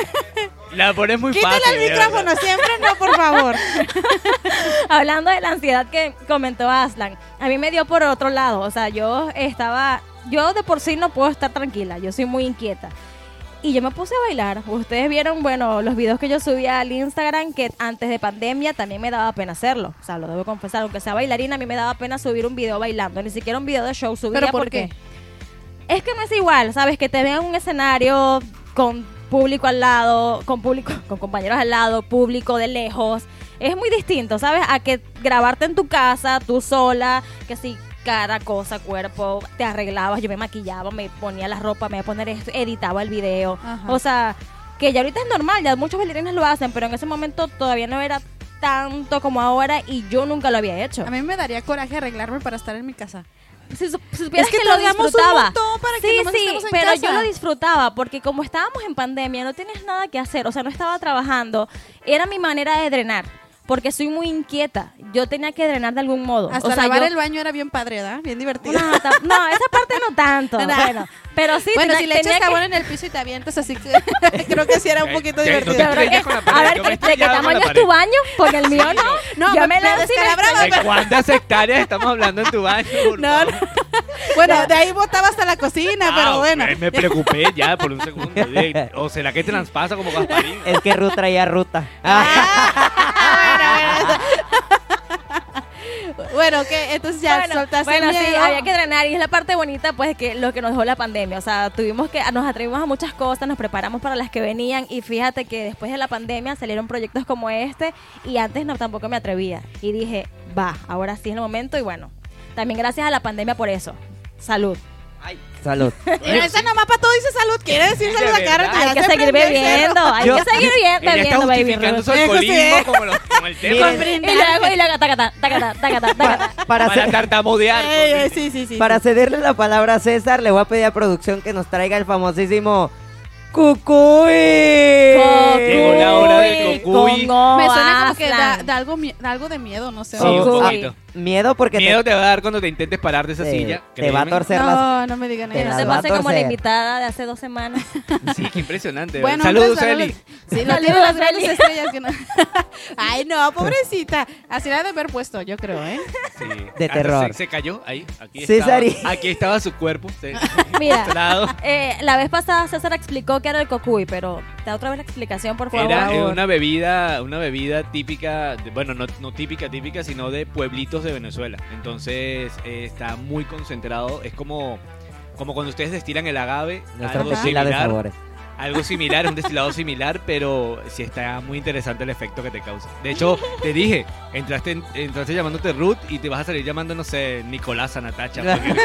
La pones muy Quítale fácil. el de micrófono, verdad. siempre no, por favor. Hablando de la ansiedad que comentó Aslan, a mí me dio por otro lado. O sea, yo de por sí no puedo estar tranquila. Yo soy muy inquieta. Y yo me puse a bailar. Ustedes vieron, bueno, los videos que yo subía al Instagram, que antes de pandemia también me daba pena hacerlo. O sea, lo debo confesar. Aunque sea bailarina, a mí me daba pena subir un video bailando. Ni siquiera un video de show subía. ¿Pero por porque qué? es que no es igual, ¿sabes? Que te vean en un escenario con público al lado, con compañeros al lado, público de lejos. Es muy distinto, ¿sabes? A que grabarte en tu casa, tú sola, que si cara, cosa, cuerpo, te arreglabas, yo me maquillaba, me ponía la ropa, me iba a poner esto, editaba el video. Ajá. O sea, que ya ahorita es normal, ya muchos bailarines lo hacen, pero en ese momento todavía no era tanto como ahora y yo nunca lo había hecho. A mí me daría coraje arreglarme para estar en mi casa. Si supieras Es que lo tardamos un disfrutaba. montón para que sí, nomás sí, estemos en pero casa. yo lo disfrutaba porque como estábamos en pandemia, no tenías nada que hacer, o sea, no estaba trabajando. Era mi manera de drenar, porque soy muy inquieta. Yo tenía que drenar de algún modo. Hasta o sea, lavar yo- el baño era bien padre, ¿verdad? Bien divertido. No, no, esa parte no tanto. No. Bueno, pero sí bueno, tenía- si le tenía echas que- jabón en el piso y te avientas así que creo que sí era un poquito ¿Qué? divertido. No te Yo creo estrellas que- con la a pared, ver, yo me ¿de qué estrellaba con la tamaño es pared. tu baño? Porque el mío no. No, yo me me lanzo y me descalabraba, estrello. ¿De cuántas hectáreas estamos hablando en tu baño? por No, favor? Bueno, de ahí botaba hasta la cocina, Ah, pero bueno. Me preocupé ya por un segundo. ¿O será que transpasa como Gasparín? Es que Ruth traía ruta. Bueno, que entonces ya soltaste el sí, miedo. había que drenar y es la parte bonita, pues, que lo que nos dejó la pandemia. O sea, nos atrevimos a muchas cosas, nos preparamos para las que venían y fíjate que después de la pandemia salieron proyectos como este y antes no tampoco me atrevía. Y dije, va, ahora sí es el momento y bueno, también gracias a la pandemia por eso. Salud. Salud. Mira, esa nomás para todo dice salud. Quiere decir De salud a cara. verdad. Hay que seguir bebiendo, hay Yo- que seguir Ella está bebiendo, baby. justificando su Eso alcoholismo sí. como el tema. Miren, Y luego, tacata, tacata, tacata, tacata. Para, Para ce- tartamudear. Sí. para cederle la palabra a César, le voy a pedir a producción que nos traiga el famosísimo ¡Cucuy! Llegó la hora del cocuy. Me suena como que Aslan. da algo de miedo, no sé. Sí, un Cocuy. poquito. Miedo porque Miedo te va a dar cuando te intentes parar de esa silla. te va a créeme. torcer las... No, no me digan Te Que no las eso. se va a pase como la torcer. invitada de hace 2 semanas. Sí, qué impresionante. Bueno, Saludos, hombre, Eli. Sí, no Saludos, tiene las grandes Eli. estrellas que no. Ay, no, pobrecita. Así la ha de haber puesto, yo creo, ¿eh? Sí. De Hasta terror. Se cayó ahí. Aquí César estaba, aquí estaba su cuerpo. Mira. mostrado. La vez pasada César explicó que era el cocuy, pero da otra vez la explicación, por favor. Era una bebida típica, bueno, no típica, sino de pueblitos de Venezuela. Entonces está muy concentrado. Es como cuando ustedes destilan el agave, Nuestra algo tequila de similar, sabores. algo similar, un destilado similar, pero sí está muy interesante el efecto que te causa. De hecho, te dije, entraste llamándote Ruth y te vas a salir llamando, no sé, Nicolás, Natacha.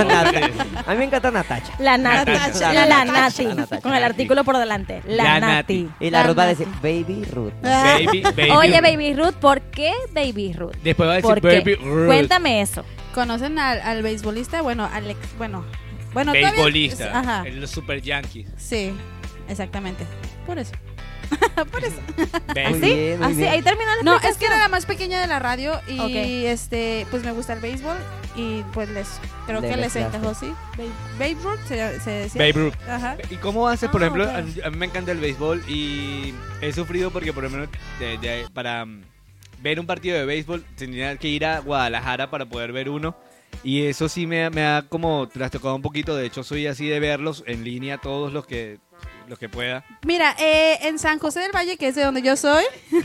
A mí me encanta Natacha. La Nati. Natacha. La Nati. La Natacha. Con el artículo por delante. La La Nati. Y la La Ruth va a Nati. decir, Baby Ruth. Baby. Oye, Baby Ruth, ¿por qué Baby Ruth? Después va a decir ¿Por qué? Baby Ruth. Cuéntame eso. ¿Conocen al beisbolista? Bueno, bueno, todavía- Beisbolista. Ajá. Los Super Yankees. Sí, exactamente. Por eso. Por eso. Baby. Muy bien, muy Así, bien. ahí termina la No, es que explicación. era la más pequeña de la radio y Ok. pues me gusta el béisbol y pues creo Le que les mezclaste. encajó, sí. Babe Ruth se decía. Babe Ruth. Ajá. ¿Y cómo haces, por Ah, ejemplo? ok. A mí me encanta el béisbol y he sufrido porque, por ejemplo, para ver un partido de béisbol tenía que ir a Guadalajara para poder ver uno. Y eso sí me ha como trastocado un poquito. De hecho, soy así de verlos en línea todos los que pueda. Mira, en San José del Valle, que es de donde yo soy,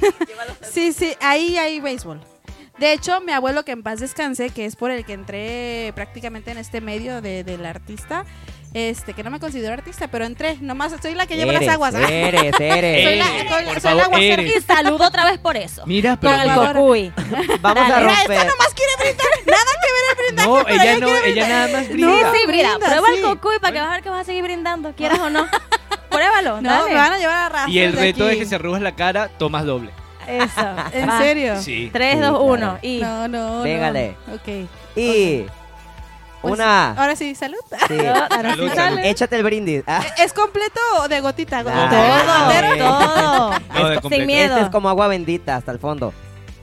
sí, ahí hay béisbol. De hecho, mi abuelo, que en paz descanse, que es por el que entré prácticamente en este medio del artista, que no me considero artista, pero entré, nomás soy la que lleva las aguas. Eres. Soy la- Por soy la favor, aguacera. eres. Y saludo otra vez por eso. Mira, Con pero el mira. cocuy. Vamos a Dale. Mira, romper. esta nomás quiere brindar, nada que ver el brindaje, No, pero quiere ella brindar. nada más Sí, brinda. sí, mira, brinda, prueba sí. el cocuy para que vas a ver que vas a seguir brindando, quieras o no. Pruébalo, No, dale. me van a llevar a raza Y el de reto aquí. es que se arrugas la cara, tomas doble. Eso. ¿En Va. serio? Sí. 3, Sí, 2, claro. 1. Y No. Véngale. Ok. Y Pues, una. Ahora sí, salud. Sí. ahora Salud, sí, salud. dale. Échate el brindis. Ah, ¿Es completo o de gotita? Ah, Todo, sí. todo. No, de Sin completo. miedo. este es como agua bendita hasta el fondo.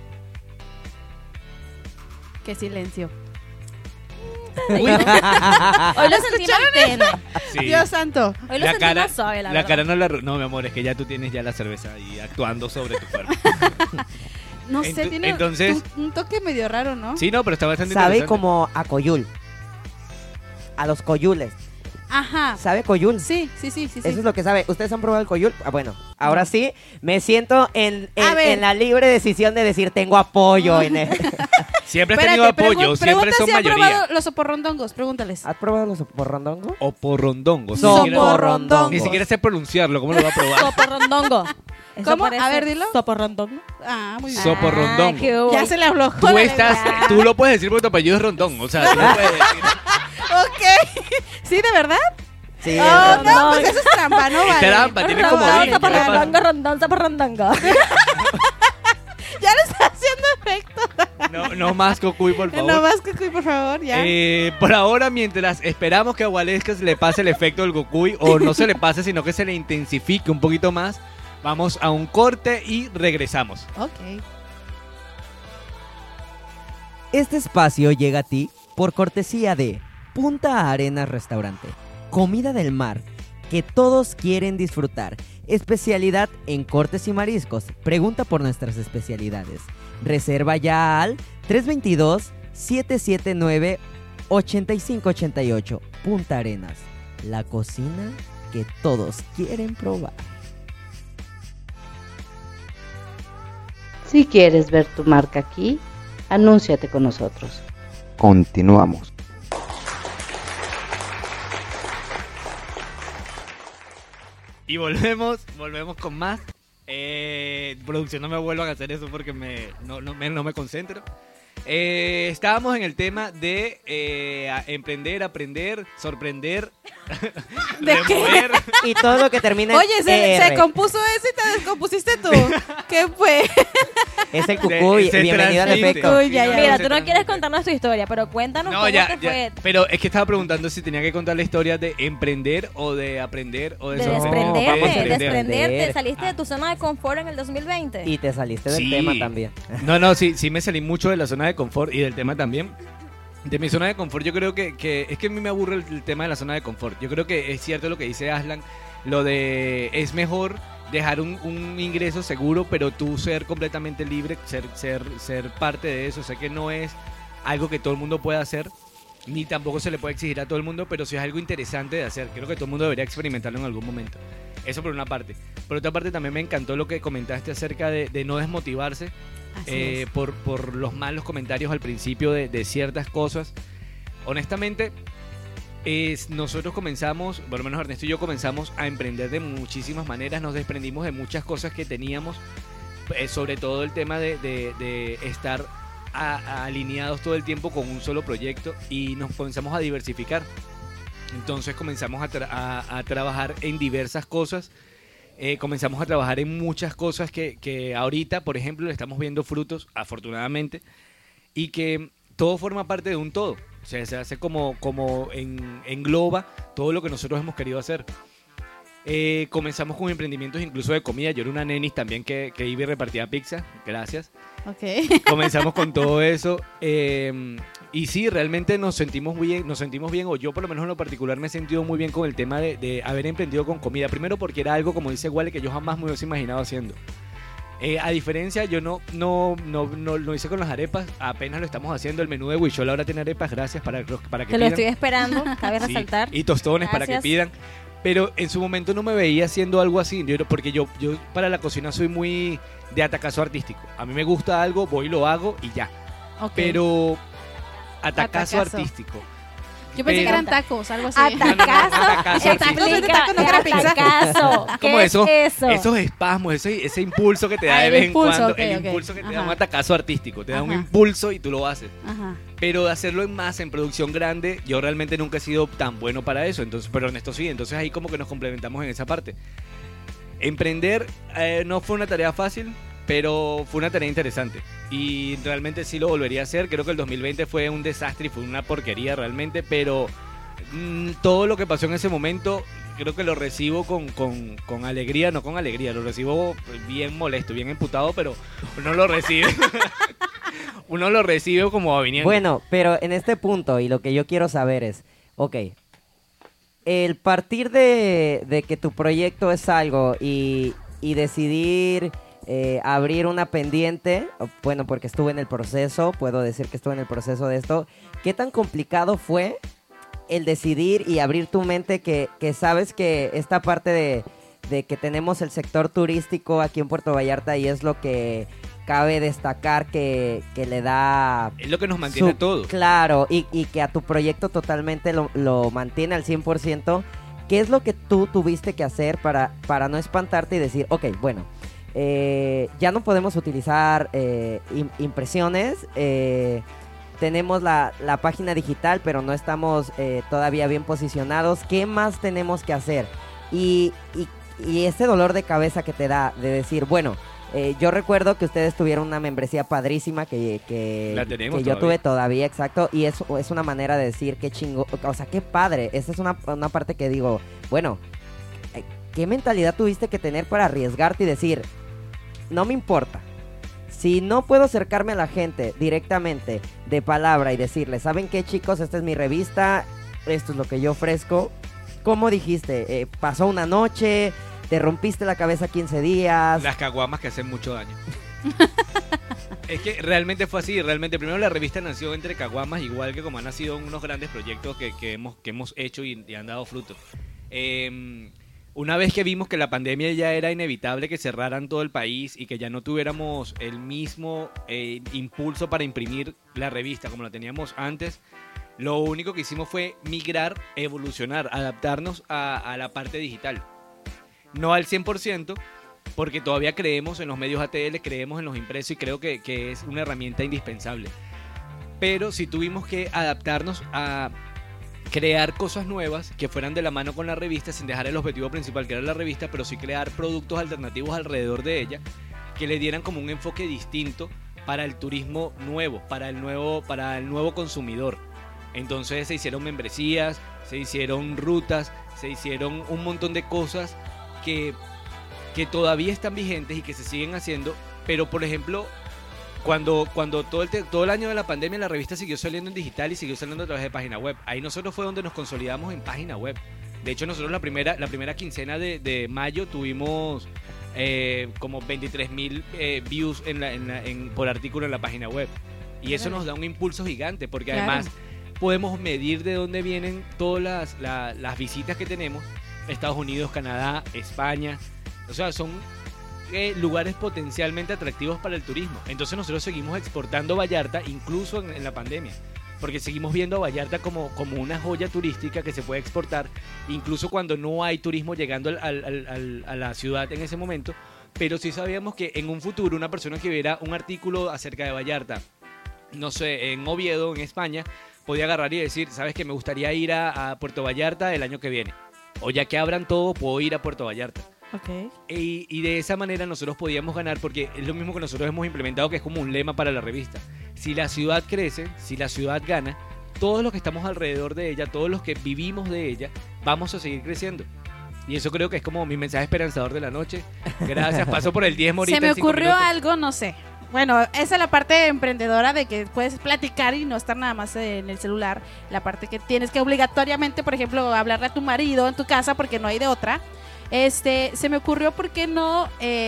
Qué silencio. Hoy lo sentí más tenue. Sí. Dios santo. Hoy lo La sentí cara, más suave, la la verdad. cara no la... No, mi amor, es que ya tú tienes ya la cerveza ahí actuando sobre tu cuerpo. No sé, Ento- tiene entonces- un toque medio raro, ¿no? Sí, no, pero está bastante Sabe interesante. como a coyul. A los coyules. Ajá. ¿Sabe coyul? Sí. Eso es lo que sabe. ¿Ustedes han probado el coyul? Ah, bueno, ahora sí, me siento A ver. en la libre decisión de decir tengo apoyo en él. Siempre has tenido apoyo, siempre pregunta son si han mayoría. probado los soporrondongos, pregúntales. ¿Has probado los porrondongos? O porrondongo. Soporrondongo. Ni siquiera sé pronunciarlo, ¿cómo lo va a probar? Soporrondongo. Eso ¿Cómo? parece A ver, dilo. Soporrondongo. Ah, muy bien. Soporrondongo. Ah, qué hubo. Ya se le habló. Tú lo puedes decir porque tu apellido es Rondón. O sea, tú lo puedes decir. Ok. ¿Sí, de verdad? Sí, Oh, es no, pues eso es trampa, no Es vale. trampa, tiene No como vale. diez, ¿qué le pasa? Soporrondongo, rondón, soporrondongo. Ya le está haciendo efecto. No más cocuy, por favor. No más, Cucuy, por favor, ya. Por ahora, mientras esperamos que a Gualescas le pase el efecto del Gokuy, o no se le pase, sino que se le intensifique un poquito más, vamos a un corte y regresamos. Ok. Este espacio llega a ti por cortesía de Punta Arenas Restaurante. Comida del mar que todos quieren disfrutar. Especialidad en cortes y mariscos. Pregunta por nuestras especialidades. Reserva ya al 322-779-8588. Punta Arenas. La cocina que todos quieren probar. Si quieres ver tu marca aquí, anúnciate con nosotros. Continuamos. Y volvemos con más. Producción, no me vuelvan a hacer eso porque no me concentro. Estábamos en el tema de emprender, aprender, sorprender, ¿De qué? remover. Y todo lo que termina en Oye, se ER. compuso eso y te descompusiste tú. ¿Qué fue? Es el cucuy. Se Bienvenido al transmite. efecto. Uy, ya, ya. Mira, se tú no quieres transmite. contarnos tu historia, pero cuéntanos No, cómo ya, te ya. fue. Pero es que estaba preguntando si tenía que contar la historia de emprender o de aprender o de De sorprender. vamos a desprenderte, aprender. desprenderte. Saliste de tu zona de confort en el 2020. Y te saliste del Sí. tema también. No, sí me salí mucho de la zona de confort y del tema también. De mi zona de confort yo creo que es que a mí me aburre el tema de la zona de confort. Yo creo que es cierto lo que dice Aslan, lo de es mejor dejar un ingreso seguro, pero tú ser completamente libre, ser parte de eso. Sé que no es algo que todo el mundo pueda hacer, ni tampoco se le puede exigir a todo el mundo, pero sí es algo interesante de hacer. Creo que todo el mundo debería experimentarlo en algún momento. Eso por una parte. Por otra parte también me encantó lo que comentaste acerca de no desmotivarse por los malos comentarios al principio de ciertas cosas. Honestamente, nosotros comenzamos, por lo menos Ernesto y yo comenzamos a emprender de muchísimas maneras, nos desprendimos de muchas cosas que teníamos, sobre todo el tema de estar alineados todo el tiempo con un solo proyecto, y nos comenzamos a diversificar. Entonces comenzamos a trabajar en diversas cosas. Comenzamos a trabajar en muchas cosas que ahorita, por ejemplo, le estamos viendo frutos, afortunadamente, y que todo forma parte de un todo. O sea, se hace como engloba todo lo que nosotros hemos querido hacer. Comenzamos con emprendimientos incluso de comida. Yo era una nenis también que iba y repartía pizza. Gracias. Ok. Comenzamos con todo eso. Y sí, realmente nos sentimos bien, o yo por lo menos en lo particular me he sentido muy bien con el tema de haber emprendido con comida. Primero porque era algo, como dice Wale, que yo jamás me hubiese imaginado haciendo. A diferencia, yo no lo hice con las arepas, apenas lo estamos haciendo. El menú de Huichol ahora tiene arepas, gracias para que Te lo pidan. estoy esperando, cabe Sí, resaltar. y tostones para que Gracias. pidan. Pero en su momento no me veía haciendo algo así, porque yo para la cocina soy muy de atacazo artístico. A mí me gusta algo, voy y lo hago y ya. Ok. Pero atacazo Atacazo. artístico. Yo pensé que pero- eran tacos, algo así. Atacazo. Atacazo artístico. Tacos de taco, no era pizza. Atacazo. ¿Qué Como es eso? esos espasmos, ese impulso que te da Ah, de el vez impulso, en cuando. ok, El ok. impulso que te da Ajá. un atacazo artístico. Te da un Ajá. impulso y tú lo haces. Ajá. Pero de hacerlo en masa, en producción grande, yo realmente nunca he sido tan bueno para eso. Entonces, pero Ernesto sí. Entonces ahí como que nos complementamos en esa parte. Emprender no fue una tarea fácil, pero fue una tarea interesante. Y realmente sí lo volvería a hacer. Creo que el 2020 fue un desastre y fue una porquería realmente, pero todo lo que pasó en ese momento creo que lo recibo con alegría, no con alegría, lo recibo bien molesto, bien emputado, pero uno lo recibe. Uno lo recibe como va viniendo. Bueno, pero en este punto, y lo que yo quiero saber es, ok, el partir de que tu proyecto es algo y decidir abrir una pendiente, bueno, porque estuve en el proceso, puedo decir que estuve en el proceso de esto, ¿qué tan complicado fue el decidir y abrir tu mente que sabes que esta parte de que tenemos el sector turístico aquí en Puerto Vallarta y es lo que cabe destacar que le da... Es lo que nos mantiene a todos. Claro, y que a tu proyecto totalmente lo mantiene al 100%. ¿Qué es lo que tú tuviste que hacer para no espantarte y decir, ok, bueno, ya no podemos utilizar impresiones, tenemos la página digital, pero no estamos todavía bien posicionados. ¿Qué más tenemos que hacer? Y ese dolor de cabeza que te da de decir, bueno, yo recuerdo que ustedes tuvieron una membresía padrísima que La tenemos que yo todavía. tuve todavía, exacto, y eso es una manera de decir qué chingo, o sea, qué padre. Esa es una parte que digo, bueno, ¿qué mentalidad tuviste que tener para arriesgarte y decir, no me importa? Si no puedo acercarme a la gente directamente de palabra y decirles, ¿saben qué, chicos? Esta es mi revista, esto es lo que yo ofrezco. ¿Cómo dijiste? ¿Pasó una noche? ¿Te rompiste la cabeza 15 días? Las caguamas que hacen mucho daño. Es que realmente fue así. Realmente, primero la revista nació entre caguamas, igual que como han nacido unos grandes proyectos que hemos hecho y han dado frutos. Una vez que vimos que la pandemia ya era inevitable que cerraran todo el país y que ya no tuviéramos el mismo impulso para imprimir la revista como la teníamos antes, lo único que hicimos fue migrar, evolucionar, adaptarnos a la parte digital. No al 100%, porque todavía creemos en los medios ATL, creemos en los impresos y creo que es una herramienta indispensable. pero sí tuvimos que adaptarnos a crear cosas nuevas que fueran de la mano con la revista sin dejar el objetivo principal que era la revista, pero sí crear productos alternativos alrededor de ella que le dieran como un enfoque distinto para el turismo nuevo, para el nuevo consumidor. Entonces se hicieron membresías, se hicieron rutas, se hicieron un montón de cosas que todavía están vigentes y que se siguen haciendo, pero por ejemplo, cuando todo el año de la pandemia la revista siguió saliendo en digital y siguió saliendo a través de página web. Ahí nosotros fue donde nos consolidamos en página web. De hecho, nosotros la primera quincena de mayo tuvimos como 23,000 views por artículo en la página web. Y eso nos da un impulso gigante, porque además podemos medir de dónde vienen todas las visitas que tenemos. Estados Unidos, Canadá, España. O sea, son lugares potencialmente atractivos para el turismo. Entonces nosotros seguimos exportando Vallarta incluso en la pandemia, porque seguimos viendo a Vallarta como una joya turística que se puede exportar incluso cuando no hay turismo llegando a la ciudad en ese momento. Pero sí sabíamos que en un futuro una persona que viera un artículo acerca de Vallarta, no sé, en Oviedo, en España, podía agarrar y decir, ¿sabes qué? Me gustaría ir a Puerto Vallarta el año que viene, o ya que abran todo, puedo ir a Puerto Vallarta. Okay. Y de esa manera nosotros podíamos ganar, porque es lo mismo que nosotros hemos implementado, que es como un lema para la revista. Si la ciudad crece, si la ciudad gana, todos los que estamos alrededor de ella, todos los que vivimos de ella, vamos a seguir creciendo. Y eso creo que es como mi mensaje esperanzador de la noche. Gracias, paso por el 10 morita. Se me en 5 ocurrió minutos. algo, no sé. Bueno, esa es la parte emprendedora de que puedes platicar y no estar nada más en el celular. La parte que tienes que obligatoriamente, por ejemplo, hablarle a tu marido en tu casa porque no hay de otra. Se me ocurrió, ¿por qué no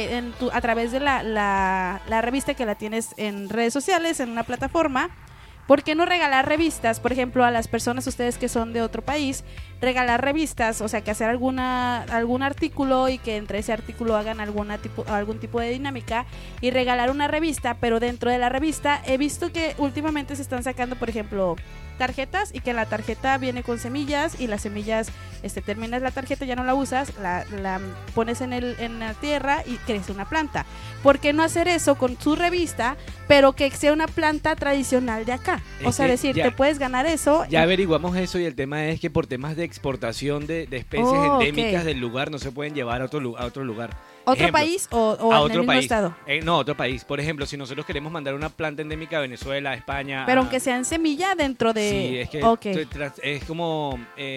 a través de la revista que la tienes en redes sociales, en una plataforma? ¿Por qué no regalar revistas? Por ejemplo, a las personas, ustedes que son de otro país, regalar revistas, o sea, que hacer algún artículo y que entre ese artículo hagan algún tipo de dinámica y regalar una revista, pero dentro de la revista he visto que últimamente se están sacando, por ejemplo, tarjetas, y que la tarjeta viene con semillas y las semillas, terminas la tarjeta, ya no la usas, la pones en la tierra y crece una planta. ¿Por qué no hacer eso con tu revista, pero que sea una planta tradicional de acá? O sea, decir, te puedes ganar eso. Ya averiguamos eso, y el tema es que por temas de exportación de especies endémicas del lugar no se pueden llevar a otro lugar. ¿Otro Ejemplo, país o a en otro el mismo país. estado? No, otro país. Por ejemplo, si nosotros queremos mandar una planta endémica a Venezuela, a España... Pero aunque sea en semilla dentro de... Sí, es que es como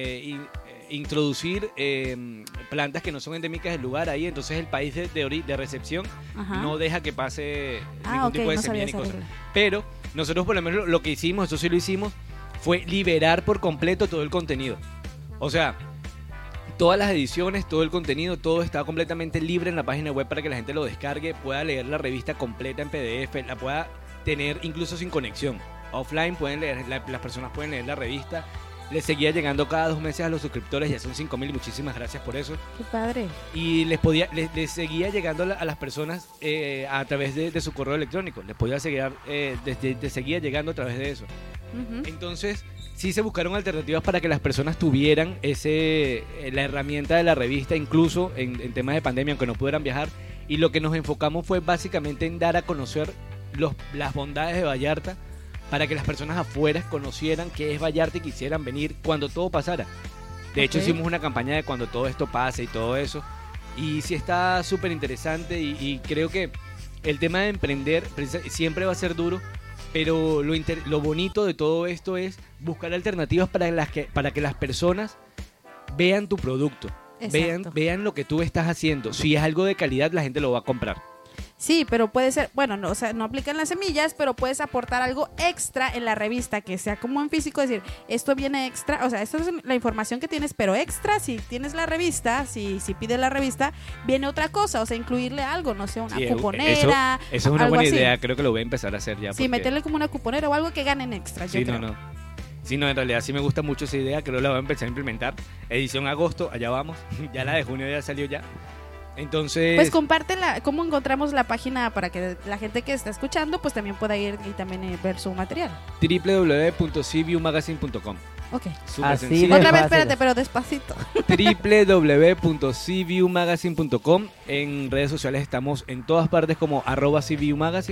introducir plantas que no son endémicas del lugar ahí. Entonces el país de recepción no deja que pase ningún tipo de semilla ni cosa. Pero nosotros por lo menos lo que hicimos, eso sí lo hicimos, fue liberar por completo todo el contenido. O sea, todas las ediciones, todo el contenido, todo está completamente libre en la página web para que la gente lo descargue, pueda leer la revista completa en PDF, la pueda tener incluso sin conexión. Offline pueden leer, las personas pueden leer la revista. Les seguía llegando cada 2 meses a los suscriptores, ya son 5,000, muchísimas gracias por eso. Qué padre. Y les seguía llegando a las personas a través de su correo electrónico, les seguía llegando a través de eso. Entonces, sí se buscaron alternativas para que las personas tuvieran la herramienta de la revista, incluso en temas de pandemia, aunque no pudieran viajar. Y lo que nos enfocamos fue básicamente en dar a conocer las bondades de Vallarta, para que las personas afuera conocieran qué es Vallarta y quisieran venir cuando todo pasara. De hecho, hicimos una campaña de cuando todo esto pase y todo eso. Y sí está súper interesante, y creo que el tema de emprender siempre va a ser duro, pero lo bonito de todo esto es buscar alternativas para que las personas vean tu producto, vean lo que tú estás haciendo. Si es algo de calidad, la gente lo va a comprar. Sí, pero puede ser, bueno, no, o sea, no aplican las semillas, pero puedes aportar algo extra en la revista, que sea como en físico, decir, esto viene extra, o sea, esto es la información que tienes, pero extra, si tienes la revista, si pides la revista, viene otra cosa, o sea, incluirle algo, no sé, una cuponera. Eso es una algo buena así. idea, creo que lo voy a empezar a hacer ya. Sí, meterle como una cuponera o algo que ganen extra, yo creo. Sí, no, en realidad sí me gusta mucho esa idea, creo que la voy a empezar a implementar. Edición agosto, allá vamos, ya la de junio ya salió ya. Entonces, pues compártela, cómo encontramos la página para que la gente que está escuchando pues también pueda ir y también ver su material. www.cviewmagazine.com. Ok. Súper Así sencillo. de Otra vez, fácil. espérate, pero despacito. www.cviewmagazine.com. En redes sociales estamos en todas partes como @cviewmagazine,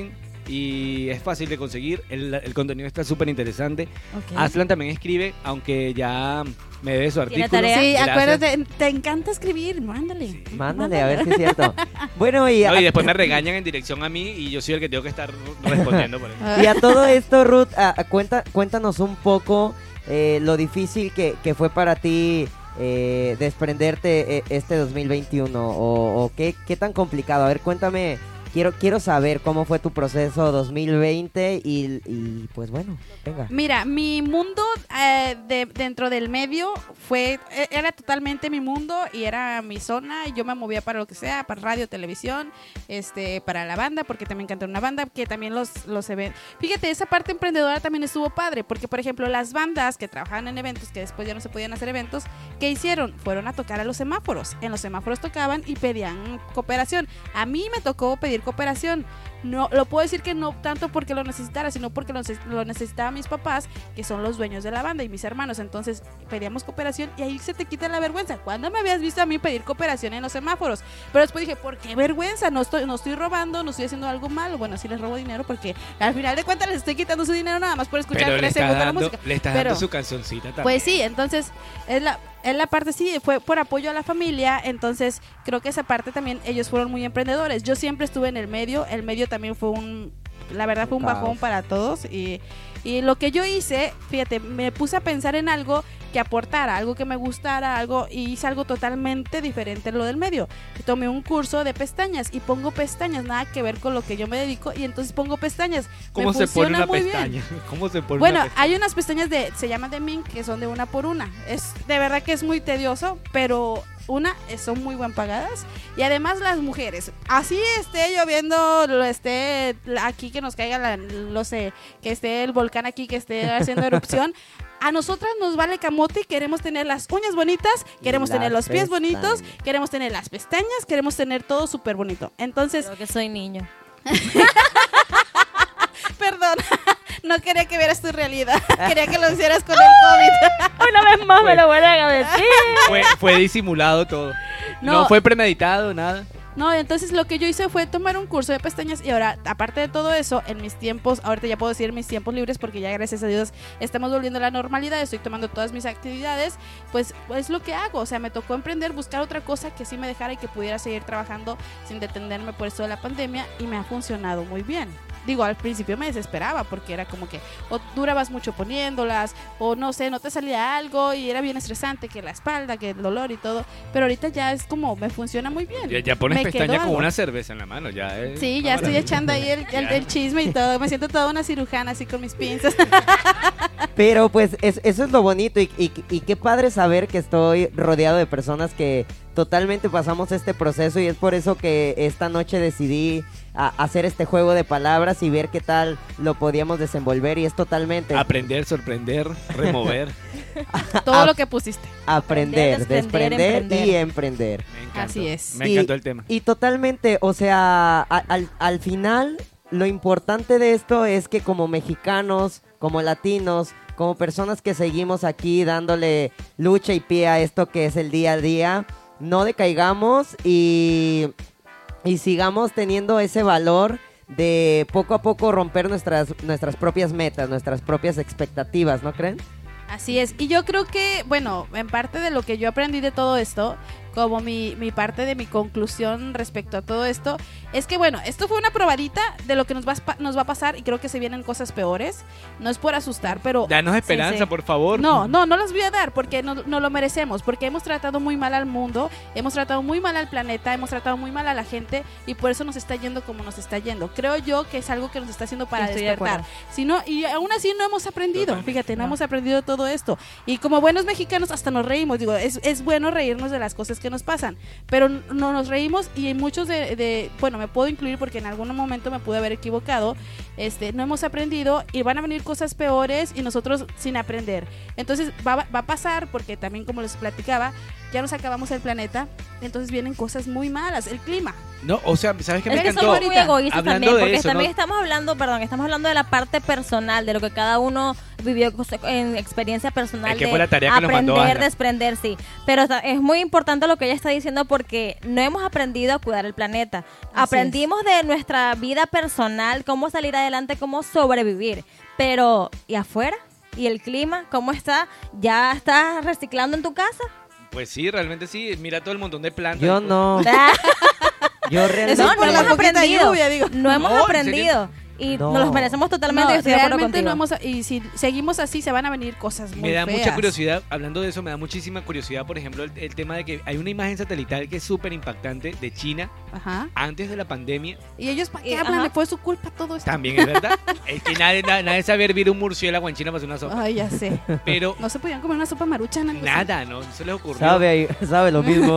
y es fácil de conseguir. El contenido está súper interesante. Ok. Aslan también escribe, aunque ya me debe su ¿Tiene artículo. tarea? Sí, Gracias. acuérdate, te encanta escribir, mándale. Mándale, a ver si es cierto. Bueno, y No, y después me regañan en dirección a mí y yo soy el que tengo que estar respondiendo por eso. Y a todo esto, Ruth, cuéntanos un poco lo difícil que fue para ti desprenderte este 2021 o qué tan complicado. A ver, cuéntame, quiero saber cómo fue tu proceso 2020 y pues bueno, venga. Mira, mi mundo dentro del medio era totalmente mi mundo y era mi zona. Yo me movía para lo que sea, para radio, televisión, para la banda, porque también canté en una banda, que también los eventos. Fíjate, esa parte emprendedora también estuvo padre, porque por ejemplo las bandas que trabajaban en eventos, que después ya no se podían hacer eventos, ¿qué hicieron? Fueron a tocar a los semáforos. En los semáforos tocaban y pedían cooperación. A mí me tocó pedir cooperación. No, lo puedo decir que no tanto porque lo necesitara, sino porque lo necesitaban mis papás, que son los dueños de la banda, y mis hermanos. Entonces pedíamos cooperación y ahí se te quita la vergüenza. ¿Cuándo me habías visto a mí pedir cooperación en los semáforos? Pero después dije, ¿por qué vergüenza? No estoy robando, no estoy haciendo algo malo. Bueno, sí les robo dinero porque al final de cuentas les estoy quitando su dinero nada más por escuchar Pero 3 segundos la música. le estás Pero- dando su cancioncita también. Pues sí, entonces es la parte, sí, fue por apoyo a la familia. Entonces creo que esa parte también ellos fueron muy emprendedores. Yo siempre estuve en el medio también fue la verdad fue un Caos. bajón para todos y lo que yo hice, fíjate, me puse a pensar en algo que aportara, algo que me gustara, algo, y hice algo totalmente diferente en lo del medio. Tomé un curso de pestañas y pongo pestañas, nada que ver con lo que yo me dedico, y entonces pongo pestañas. ¿Cómo Me se pone funciona una muy bien. pestaña? ¿Cómo se pone Bueno, una pestaña? hay unas pestañas se llaman de Mink, que son de una por una. Es de verdad que es muy tedioso, pero son muy bien pagadas. Y además las mujeres, así esté lloviendo, aquí que nos caiga que esté el volcán aquí, que esté haciendo erupción. A nosotras nos vale camote y queremos tener las uñas bonitas, queremos Las tener los pies bonitos, pestañas. queremos tener las pestañas, queremos tener todo súper bonito. Entonces, Creo que soy niño. perdón, no quería que vieras tu realidad, quería que lo hicieras con el COVID. Una vez más me lo vuelven a decir. Fue disimulado todo. No. No fue premeditado, nada. No, entonces lo que yo hice fue tomar un curso de pestañas y ahora, aparte de todo eso, en mis tiempos, ahorita ya puedo decir mis tiempos libres porque ya gracias a Dios estamos volviendo a la normalidad, estoy tomando todas mis actividades, pues es lo que hago, o sea, me tocó emprender, buscar otra cosa que sí me dejara y que pudiera seguir trabajando sin detenerme por esto de la pandemia y me ha funcionado muy bien. Digo, al principio me desesperaba porque era como que o durabas mucho poniéndolas o no sé, no te salía algo y era bien estresante, que la espalda, que el dolor y todo, pero ahorita ya es como me funciona muy bien. Ya pones Me quedó pestaña con algo. una cerveza en la mano, ya. Sí, ya estoy echando ahí el chisme y todo. Me siento toda una cirujana así con mis pinzas. Pero pues eso es lo bonito y qué padre saber que estoy rodeado de personas que totalmente pasamos este proceso y es por eso que esta noche decidí hacer este juego de palabras y ver qué tal lo podíamos desenvolver y es totalmente Aprender, sorprender, remover. Todo lo que pusiste. aprender, desprender, desprender emprender. y emprender. Me encantó. Así es. Me encantó el tema. Y totalmente, o sea, al final lo importante de esto es que como mexicanos, como latinos, como personas que seguimos aquí dándole lucha y pie a esto que es el día a día, no decaigamos y sigamos teniendo ese valor de poco a poco romper nuestras propias metas, nuestras propias expectativas, ¿no creen? Así es. Y yo creo que, bueno, en parte de lo que yo aprendí de todo esto, como mi parte de mi conclusión respecto a todo esto, es que bueno, esto fue una probadita de lo que nos va a pasar y creo que se vienen cosas peores. No es por asustar, pero... Danos esperanza, sí. por favor. No las voy a dar porque no lo merecemos, porque hemos tratado muy mal al mundo, hemos tratado muy mal al planeta, hemos tratado muy mal a la gente y por eso nos está yendo como nos está yendo. Creo yo que es algo que nos está haciendo para Estoy de despertar. acuerdo. Si no, y aún así no hemos aprendido, Totalmente. fíjate, no No. hemos aprendido todo esto. Y como buenos mexicanos hasta nos reímos, digo, es bueno reírnos de las cosas que nos pasan, pero no nos reímos y en muchos bueno, me puedo incluir porque en algún momento me pude haber equivocado, no hemos aprendido y van a venir cosas peores y nosotros sin aprender. Entonces va a pasar porque también como les platicaba, ya nos acabamos el planeta entonces vienen cosas muy malas. El clima. No, o sea, ¿sabes qué me Es que encantó? somos muy egoístas Hablando también, de porque eso, también ¿no? estamos hablando de la parte personal, de lo que cada uno vivió en experiencia personal, Es que de fue la tarea que nos mandó aprender, Ana. desprender, sí. Pero es muy importante lo que ella está diciendo porque no hemos aprendido a cuidar el planeta. Aprendimos de nuestra vida personal, cómo salir adelante, cómo sobrevivir. Pero, ¿y afuera? ¿Y el clima? ¿Cómo está? ¿Ya estás reciclando en tu casa? Pues sí, realmente sí. Mira todo el montón de plantas. Yo no. Yo Eso realmente... es por la hemos poquita aprendido. lluvia, digo. No hemos No, ¿en aprendido. Y No. nos los merecemos totalmente. No, y estoy de acuerdo realmente contigo. no hemos, y si seguimos así se van a venir cosas muy Me da mucha feas. curiosidad, hablando de eso, me da muchísima curiosidad, por ejemplo, el tema de que hay una imagen satelital que es súper impactante de China Ajá. antes de la pandemia. Y ellos, ¿para qué Ajá. hablan? Fue su culpa todo esto. También es verdad. Es que nadie sabe hervir un murciélago en China para hacer una sopa. Ay, ya sé. Pero No se podían comer una sopa maruchana. nada, ¿no? No se les ocurrió. Sabe lo mismo.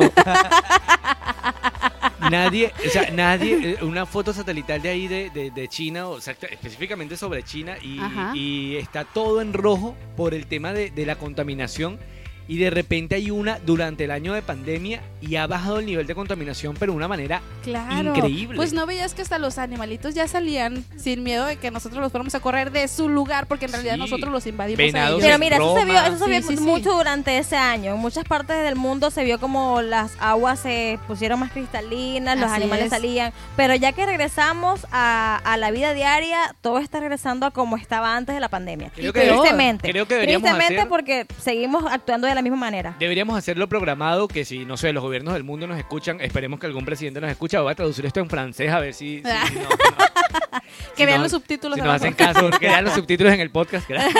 Nadie, una foto satelital de ahí de China, o sea, específicamente sobre China, Ajá. y está todo en rojo por el tema de la contaminación. Y de repente hay una durante el año de pandemia y ha bajado el nivel de contaminación, pero de una manera Claro. increíble. Pues no veías que hasta los animalitos ya salían sin miedo de que nosotros los fuéramos a correr de su lugar, porque en realidad Sí. nosotros los invadimos Venados a ellos. Pero en mira, eso se vio, Roma. eso se vio Sí, sí, sí. mucho durante ese año. En muchas partes del mundo se vio como las aguas se pusieron más cristalinas, los Así animales es. salían. Pero ya que regresamos a la vida diaria, todo está regresando a como estaba antes de la pandemia. Creo que- Tristemente. creo que deberíamos Tristemente hacer- porque seguimos actuando de la misma manera. Deberíamos hacerlo programado, que si, no sé, los gobiernos del mundo nos escuchan, esperemos que algún presidente nos escuche. Voy a traducir esto en francés a ver si Que si vean no- los subtítulos. si a nos lo hacen mejor. caso, que vean los subtítulos en el podcast. Gracias.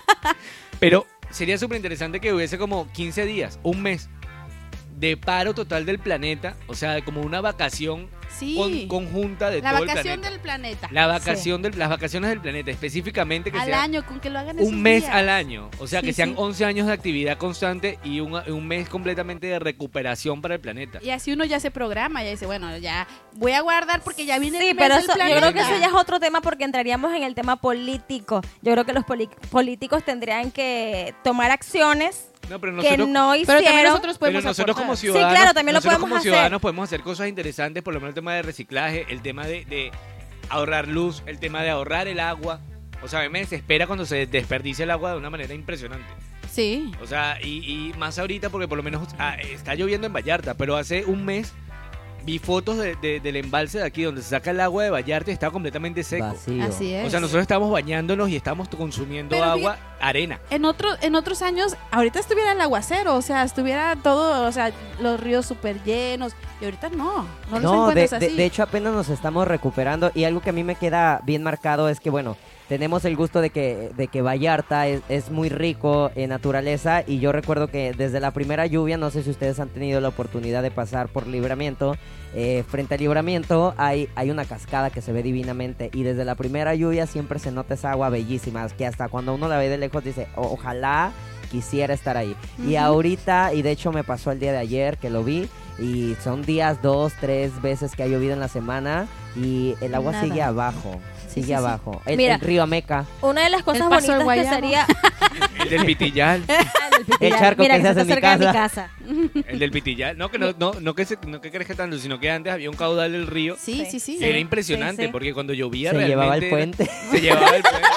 Pero sería súper interesante que hubiese como 15 días, un mes de paro total del planeta, o sea, como una vacación Sí. conjunta de La todo el vacación planeta. del planeta. La vacación las vacaciones del planeta, específicamente que Al sea año, con que lo hagan esos un mes días. al año, o sea, Sí, que sean sí. 11 años de actividad constante y un mes completamente de recuperación para el planeta. Y así uno ya se programa, ya dice, bueno, ya voy a guardar porque ya viene Sí, el mes pero del eso, yo planeta. creo que eso ya es otro tema porque entraríamos en el tema político. Yo creo que los políticos tendrían que tomar acciones No, pero que nosotros, no Pero también hicieron. nosotros podemos pero nosotros como aportar. ciudadanos, claro, también lo nosotros podemos como hacer. ciudadanos podemos hacer cosas interesantes, por lo menos el tema de reciclaje, el tema de ahorrar luz, el tema de ahorrar el agua. O sea, a mí me desespera cuando se desperdicia el agua de una manera impresionante. Sí. O sea, y más ahorita porque por lo menos está lloviendo en Vallarta, pero hace un mes vi fotos del embalse de aquí donde se saca el agua de Vallarta y estaba completamente seco. Vacío. Así es. O sea, nosotros estamos bañándonos y estamos consumiendo Pero agua, arena. En otros años, ahorita estuviera el aguacero, o sea, estuviera todo, o sea, los ríos súper llenos. Y ahorita no los No, encuentras así. de hecho apenas nos estamos recuperando y algo que a mí me queda bien marcado es que, bueno, tenemos el gusto de que Vallarta es muy rico en naturaleza y yo recuerdo que desde la primera lluvia, no sé si ustedes han tenido la oportunidad de pasar por Libramiento, frente al Libramiento hay una cascada que se ve divinamente y desde la primera lluvia siempre se nota esa agua bellísima, que hasta cuando uno la ve de lejos dice, ojalá quisiera estar ahí. Y Ujú. ahorita, y de hecho me pasó el día de ayer que lo vi, y son días 2, 3 veces que ha llovido en la semana y el agua Nada. sigue abajo, sigue sí, sí. abajo. Mira. El río Ameca, Una de las cosas El paso del bonitas que Guayabo. sería El del pitillal. el charco Mira, que se hace está en mi cerca de mi casa. casa. El del pitillal. No, que crezca tanto, sino que antes había un caudal del río Sí, sí, sí. que era impresionante, sí. porque cuando llovía Se llevaba el realmente puente. Se llevaba el puente.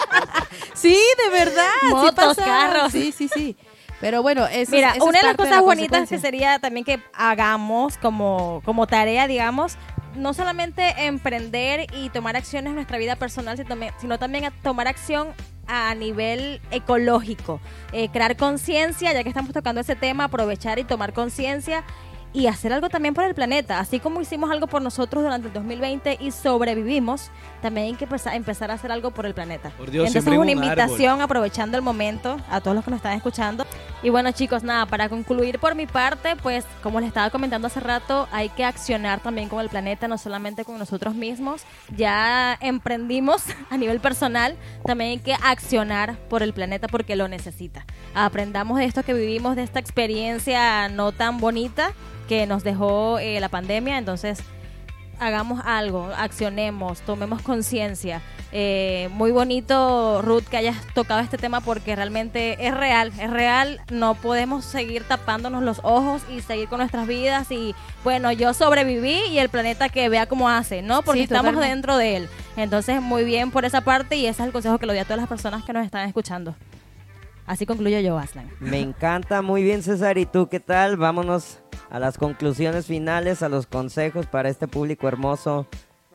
Sí, de verdad. sí Motos, pasa. carros. Sí, sí, sí. Pero bueno, eso Mira, eso una es de las parte cosas la bonitas que consecuencia. sería también que hagamos como tarea, digamos, no solamente emprender y tomar acciones en nuestra vida personal, sino también a tomar acción a nivel ecológico. Crear conciencia, ya que estamos tocando ese tema, aprovechar y tomar conciencia y hacer algo también por el planeta. Así como hicimos algo por nosotros durante el 2020 y sobrevivimos, también hay que empezar a hacer algo por el planeta. Por Dios, Entonces siembren una un invitación, aprovechando el momento, a todos los que nos están escuchando. Y bueno, chicos, nada, para concluir por mi parte, pues como les estaba comentando hace rato, hay que accionar también con el planeta, no solamente con nosotros mismos. Ya emprendimos a nivel personal, también hay que accionar por el planeta porque lo necesita. Aprendamos de esto que vivimos, de esta experiencia no tan bonita que nos dejó la pandemia, entonces hagamos algo, accionemos, tomemos conciencia. Muy bonito, Ruth, que hayas tocado este tema porque realmente es real. No podemos seguir tapándonos los ojos y seguir con nuestras vidas y, bueno, yo sobreviví y el planeta que vea cómo hace, ¿no? Porque Sí, estamos totalmente. dentro de él. Entonces, muy bien por esa parte y ese es el consejo que le doy a todas las personas que nos están escuchando. Así concluyo yo, Aslan. Me encanta, muy bien César, ¿y tú qué tal? Vámonos a las conclusiones finales, a los consejos para este público hermoso.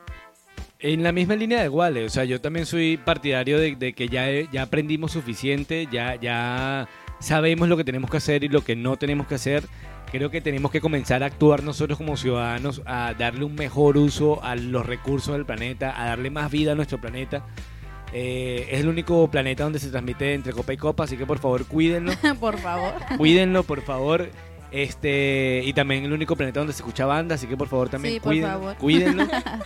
En la misma línea de Wale, o sea, yo también soy partidario de que ya aprendimos suficiente, ya sabemos lo que tenemos que hacer y lo que no tenemos que hacer. Creo que tenemos que comenzar a actuar nosotros como ciudadanos, a darle un mejor uso a los recursos del planeta, a darle más vida a nuestro planeta. Es el único planeta donde se transmite entre copa y copa, así que por favor cuídenlo, Por favor. cuídenlo por favor. Y también el único planeta donde se escucha banda, así que por favor también Sí, por favor. cuídenlo.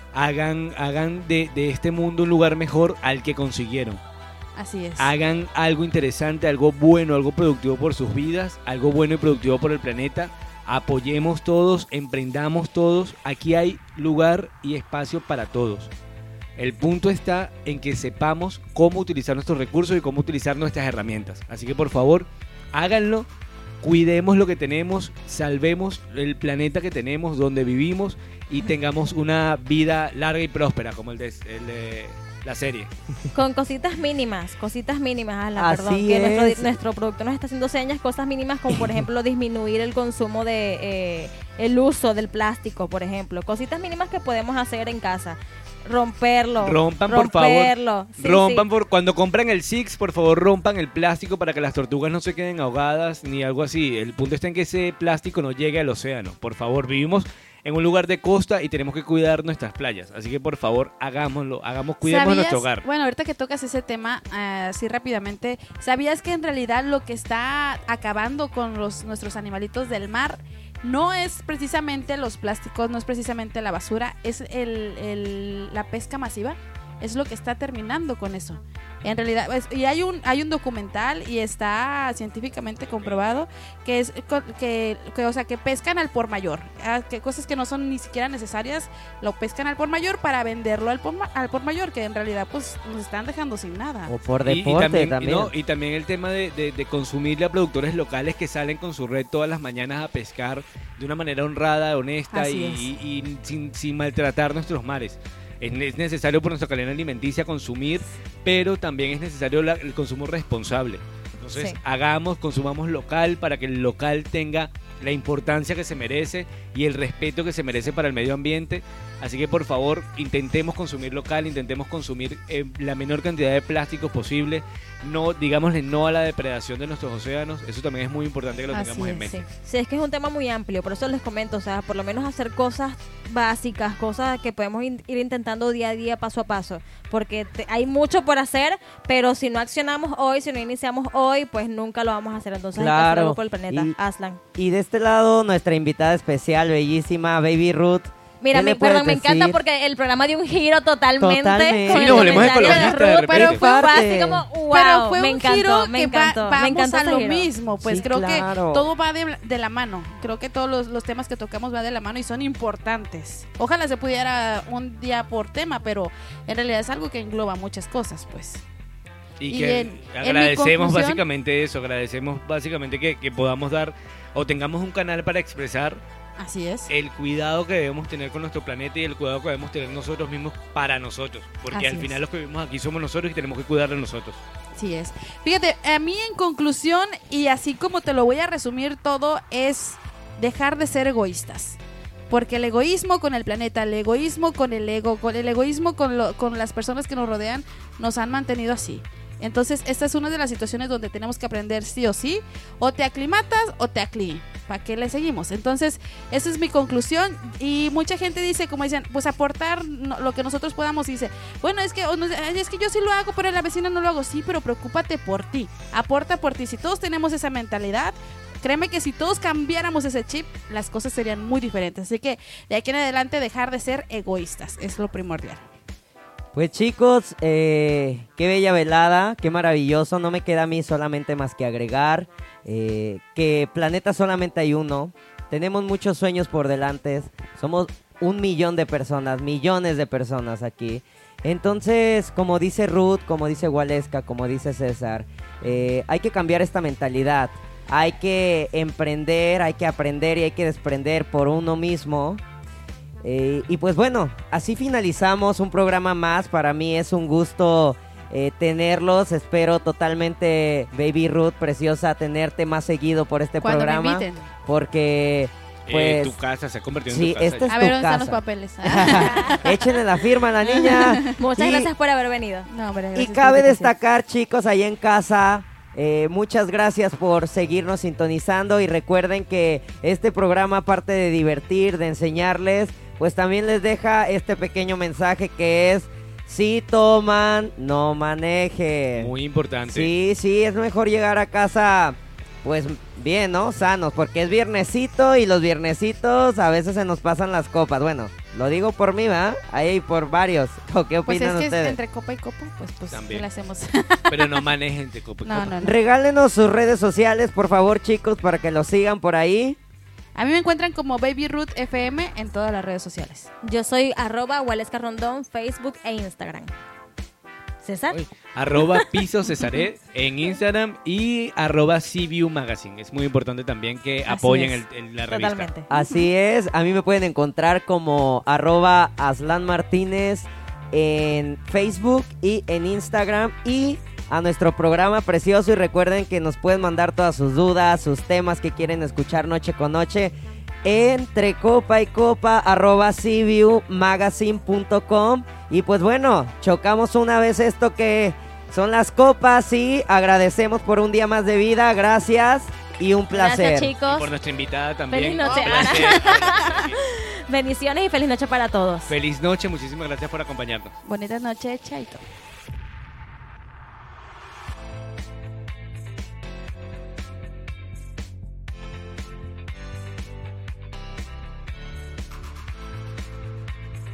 Hagan de este mundo un lugar mejor al que consiguieron. Así es. Hagan algo interesante, algo bueno, algo productivo por sus vidas, algo bueno y productivo por el planeta. Apoyemos todos, emprendamos todos. Aquí hay lugar y espacio para todos. El punto está en que sepamos cómo utilizar nuestros recursos y cómo utilizar nuestras herramientas. Así que por favor, háganlo. Cuidemos lo que tenemos, salvemos el planeta que tenemos, donde vivimos y tengamos una vida larga y próspera como el de la serie. Con cositas mínimas, Aslan, Así perdón, que es. nuestro productor nos está haciendo señas, cosas mínimas como por ejemplo disminuir el consumo de el uso del plástico, por ejemplo, cositas mínimas que podemos hacer en casa. Romperlo, Rompan, por favor. romperlo. Sí, Rompan, sí. cuando compran el Six, por favor rompan el plástico para que las tortugas no se queden ahogadas ni algo así. El punto está en que ese plástico no llegue al océano. Por favor, vivimos en un lugar de costa y tenemos que cuidar nuestras playas. Así que por favor, hagámoslo, cuidemos ¿Sabías? nuestro hogar. Bueno, ahorita que tocas ese tema, así rápidamente, ¿sabías que en realidad lo que está acabando con nuestros animalitos del mar no es precisamente los plásticos, no es precisamente la basura, es la pesca masiva? Es lo que está terminando con eso. En realidad, y hay un documental y está científicamente comprobado que es o sea, que pescan al por mayor, que cosas que no son ni siquiera necesarias lo pescan al por mayor para venderlo al por mayor, que en realidad pues nos están dejando sin nada. O por Y deporte también, también. ¿no? Y también el tema de consumirle a productores locales que salen con su red todas las mañanas a pescar de una manera honrada, honesta Así y sin maltratar nuestros mares. Es necesario por nuestra cadena alimenticia consumir, pero también es necesario el consumo responsable. Entonces, Sí. consumamos local para que el local tenga la importancia que se merece y el respeto que se merece para el medio ambiente. Así que por favor, intentemos consumir local, intentemos consumir la menor cantidad de plásticos posible. No, digámosle no a la depredación de nuestros océanos. Eso también es muy importante que lo Así tengamos en es, mente. Sí, es que es un tema muy amplio, por eso les comento, o sea, por lo menos hacer cosas básicas, cosas que podemos ir intentando día a día, paso a paso, porque hay mucho por hacer, pero si no accionamos hoy, si no iniciamos hoy, pues nunca lo vamos a hacer, entonces hay que hacer Claro. algo por el planeta. Y- Aslan. Y de este lado, nuestra invitada especial, bellísima, Baby Ruth. Mira, ¿Qué le perdón, puedes me encanta decir? porque el programa dio un giro totalmente. Totalmente. con Sí, el nos volvemos comentario de ecologistas de Ruth, repente. pero fue Parte. así como, wow, Pero fue me un encantó, giro me que encantó, me vamos encantó a ese lo giro. mismo, pues Sí, creo claro. que todo va de la mano. Creo que todos los temas que tocamos van de la mano y son importantes. Ojalá se pudiera un día por tema, pero en realidad es algo que engloba muchas cosas, pues. Y Y que en mi agradecemos conclusión- básicamente eso, agradecemos básicamente que podamos dar o tengamos un canal para expresar Así es. el cuidado que debemos tener con nuestro planeta y el cuidado que debemos tener nosotros mismos para nosotros, porque Así al final es. los que vivimos aquí somos nosotros y tenemos que cuidar de nosotros. Así es. Fíjate, a mí en conclusión, y así como te lo voy a resumir todo, es dejar de ser egoístas. Porque el egoísmo con el planeta, el egoísmo con el ego, con el egoísmo con las personas que nos rodean, nos han mantenido así. Entonces, esta es una de las situaciones donde tenemos que aprender sí o sí, o te aclimatas o te ¿para qué le seguimos? Entonces, esa es mi conclusión y mucha gente dice, como dicen, pues aportar lo que nosotros podamos, y dice, bueno, es que yo sí lo hago, pero la vecina no lo hago. Sí, pero preocúpate por ti, aporta por ti. Si todos tenemos esa mentalidad, créeme que si todos cambiáramos ese chip, las cosas serían muy diferentes. Así que de aquí en adelante dejar de ser egoístas es lo primordial. Pues chicos, qué bella velada, qué maravilloso. No me queda a mí solamente más que agregar que planeta solamente hay uno. Tenemos muchos sueños por delante. Somos 1 millón de personas, millones de personas aquí. Entonces, como dice Ruth, como dice Waleska, como dice César, hay que cambiar esta mentalidad. Hay que emprender, hay que aprender y hay que desprender por uno mismo. Y pues bueno, así finalizamos un programa más. Para mí es un gusto tenerlos. Espero totalmente, Baby Ruth, preciosa, tenerte más seguido por este Cuando me programa. inviten. Porque, pues... Tu casa se ha convertido sí, en tu casa. esta es A tu ver, ¿dónde están casa. los papeles? Échenle la firma a la niña. Muchas Y- gracias por haber venido. No, hombre, Y gracias por cabe la invitación. destacar, chicos, ahí en casa, muchas gracias por seguirnos sintonizando y recuerden que este programa, aparte de divertir, de enseñarles, pues también les deja este pequeño mensaje que es: si toman, no manejen. Muy importante. Sí, es mejor llegar a casa, pues bien, ¿no? Sanos, porque es viernesito y los viernesitos a veces se nos pasan las copas. Bueno, lo digo por mí, ¿verdad? Ahí por varios. ¿O qué Pues opinan es que ustedes? entre copa y copa, pues También. ¿qué le hacemos? Pero no manejen de copa y No, copa. no, no. Regálenos sus redes sociales, por favor, chicos, para que los sigan por ahí. A mí me encuentran como Baby Ruth FM en todas las redes sociales. Yo soy @Waleska Rondón, Facebook e Instagram. César. Uy, @piso Cesaret en Instagram y @CView Magazine. Es muy importante también que apoyen es. la revista. Totalmente. Así es, a mí me pueden encontrar como @Aslan Martínez en Facebook y en Instagram, y a nuestro programa precioso. Y recuerden que nos pueden mandar todas sus dudas, sus temas que quieren escuchar noche con noche entre copa y copa @cviewmagazine.com. Y pues bueno, chocamos una vez esto que son las copas y agradecemos por un día más de vida. Gracias y un placer. Gracias, Y chicos. por nuestra invitada también. Feliz noche. Un placer. Bendiciones y feliz noche para todos. Feliz noche, muchísimas gracias por acompañarnos. Bonita noche, chaito.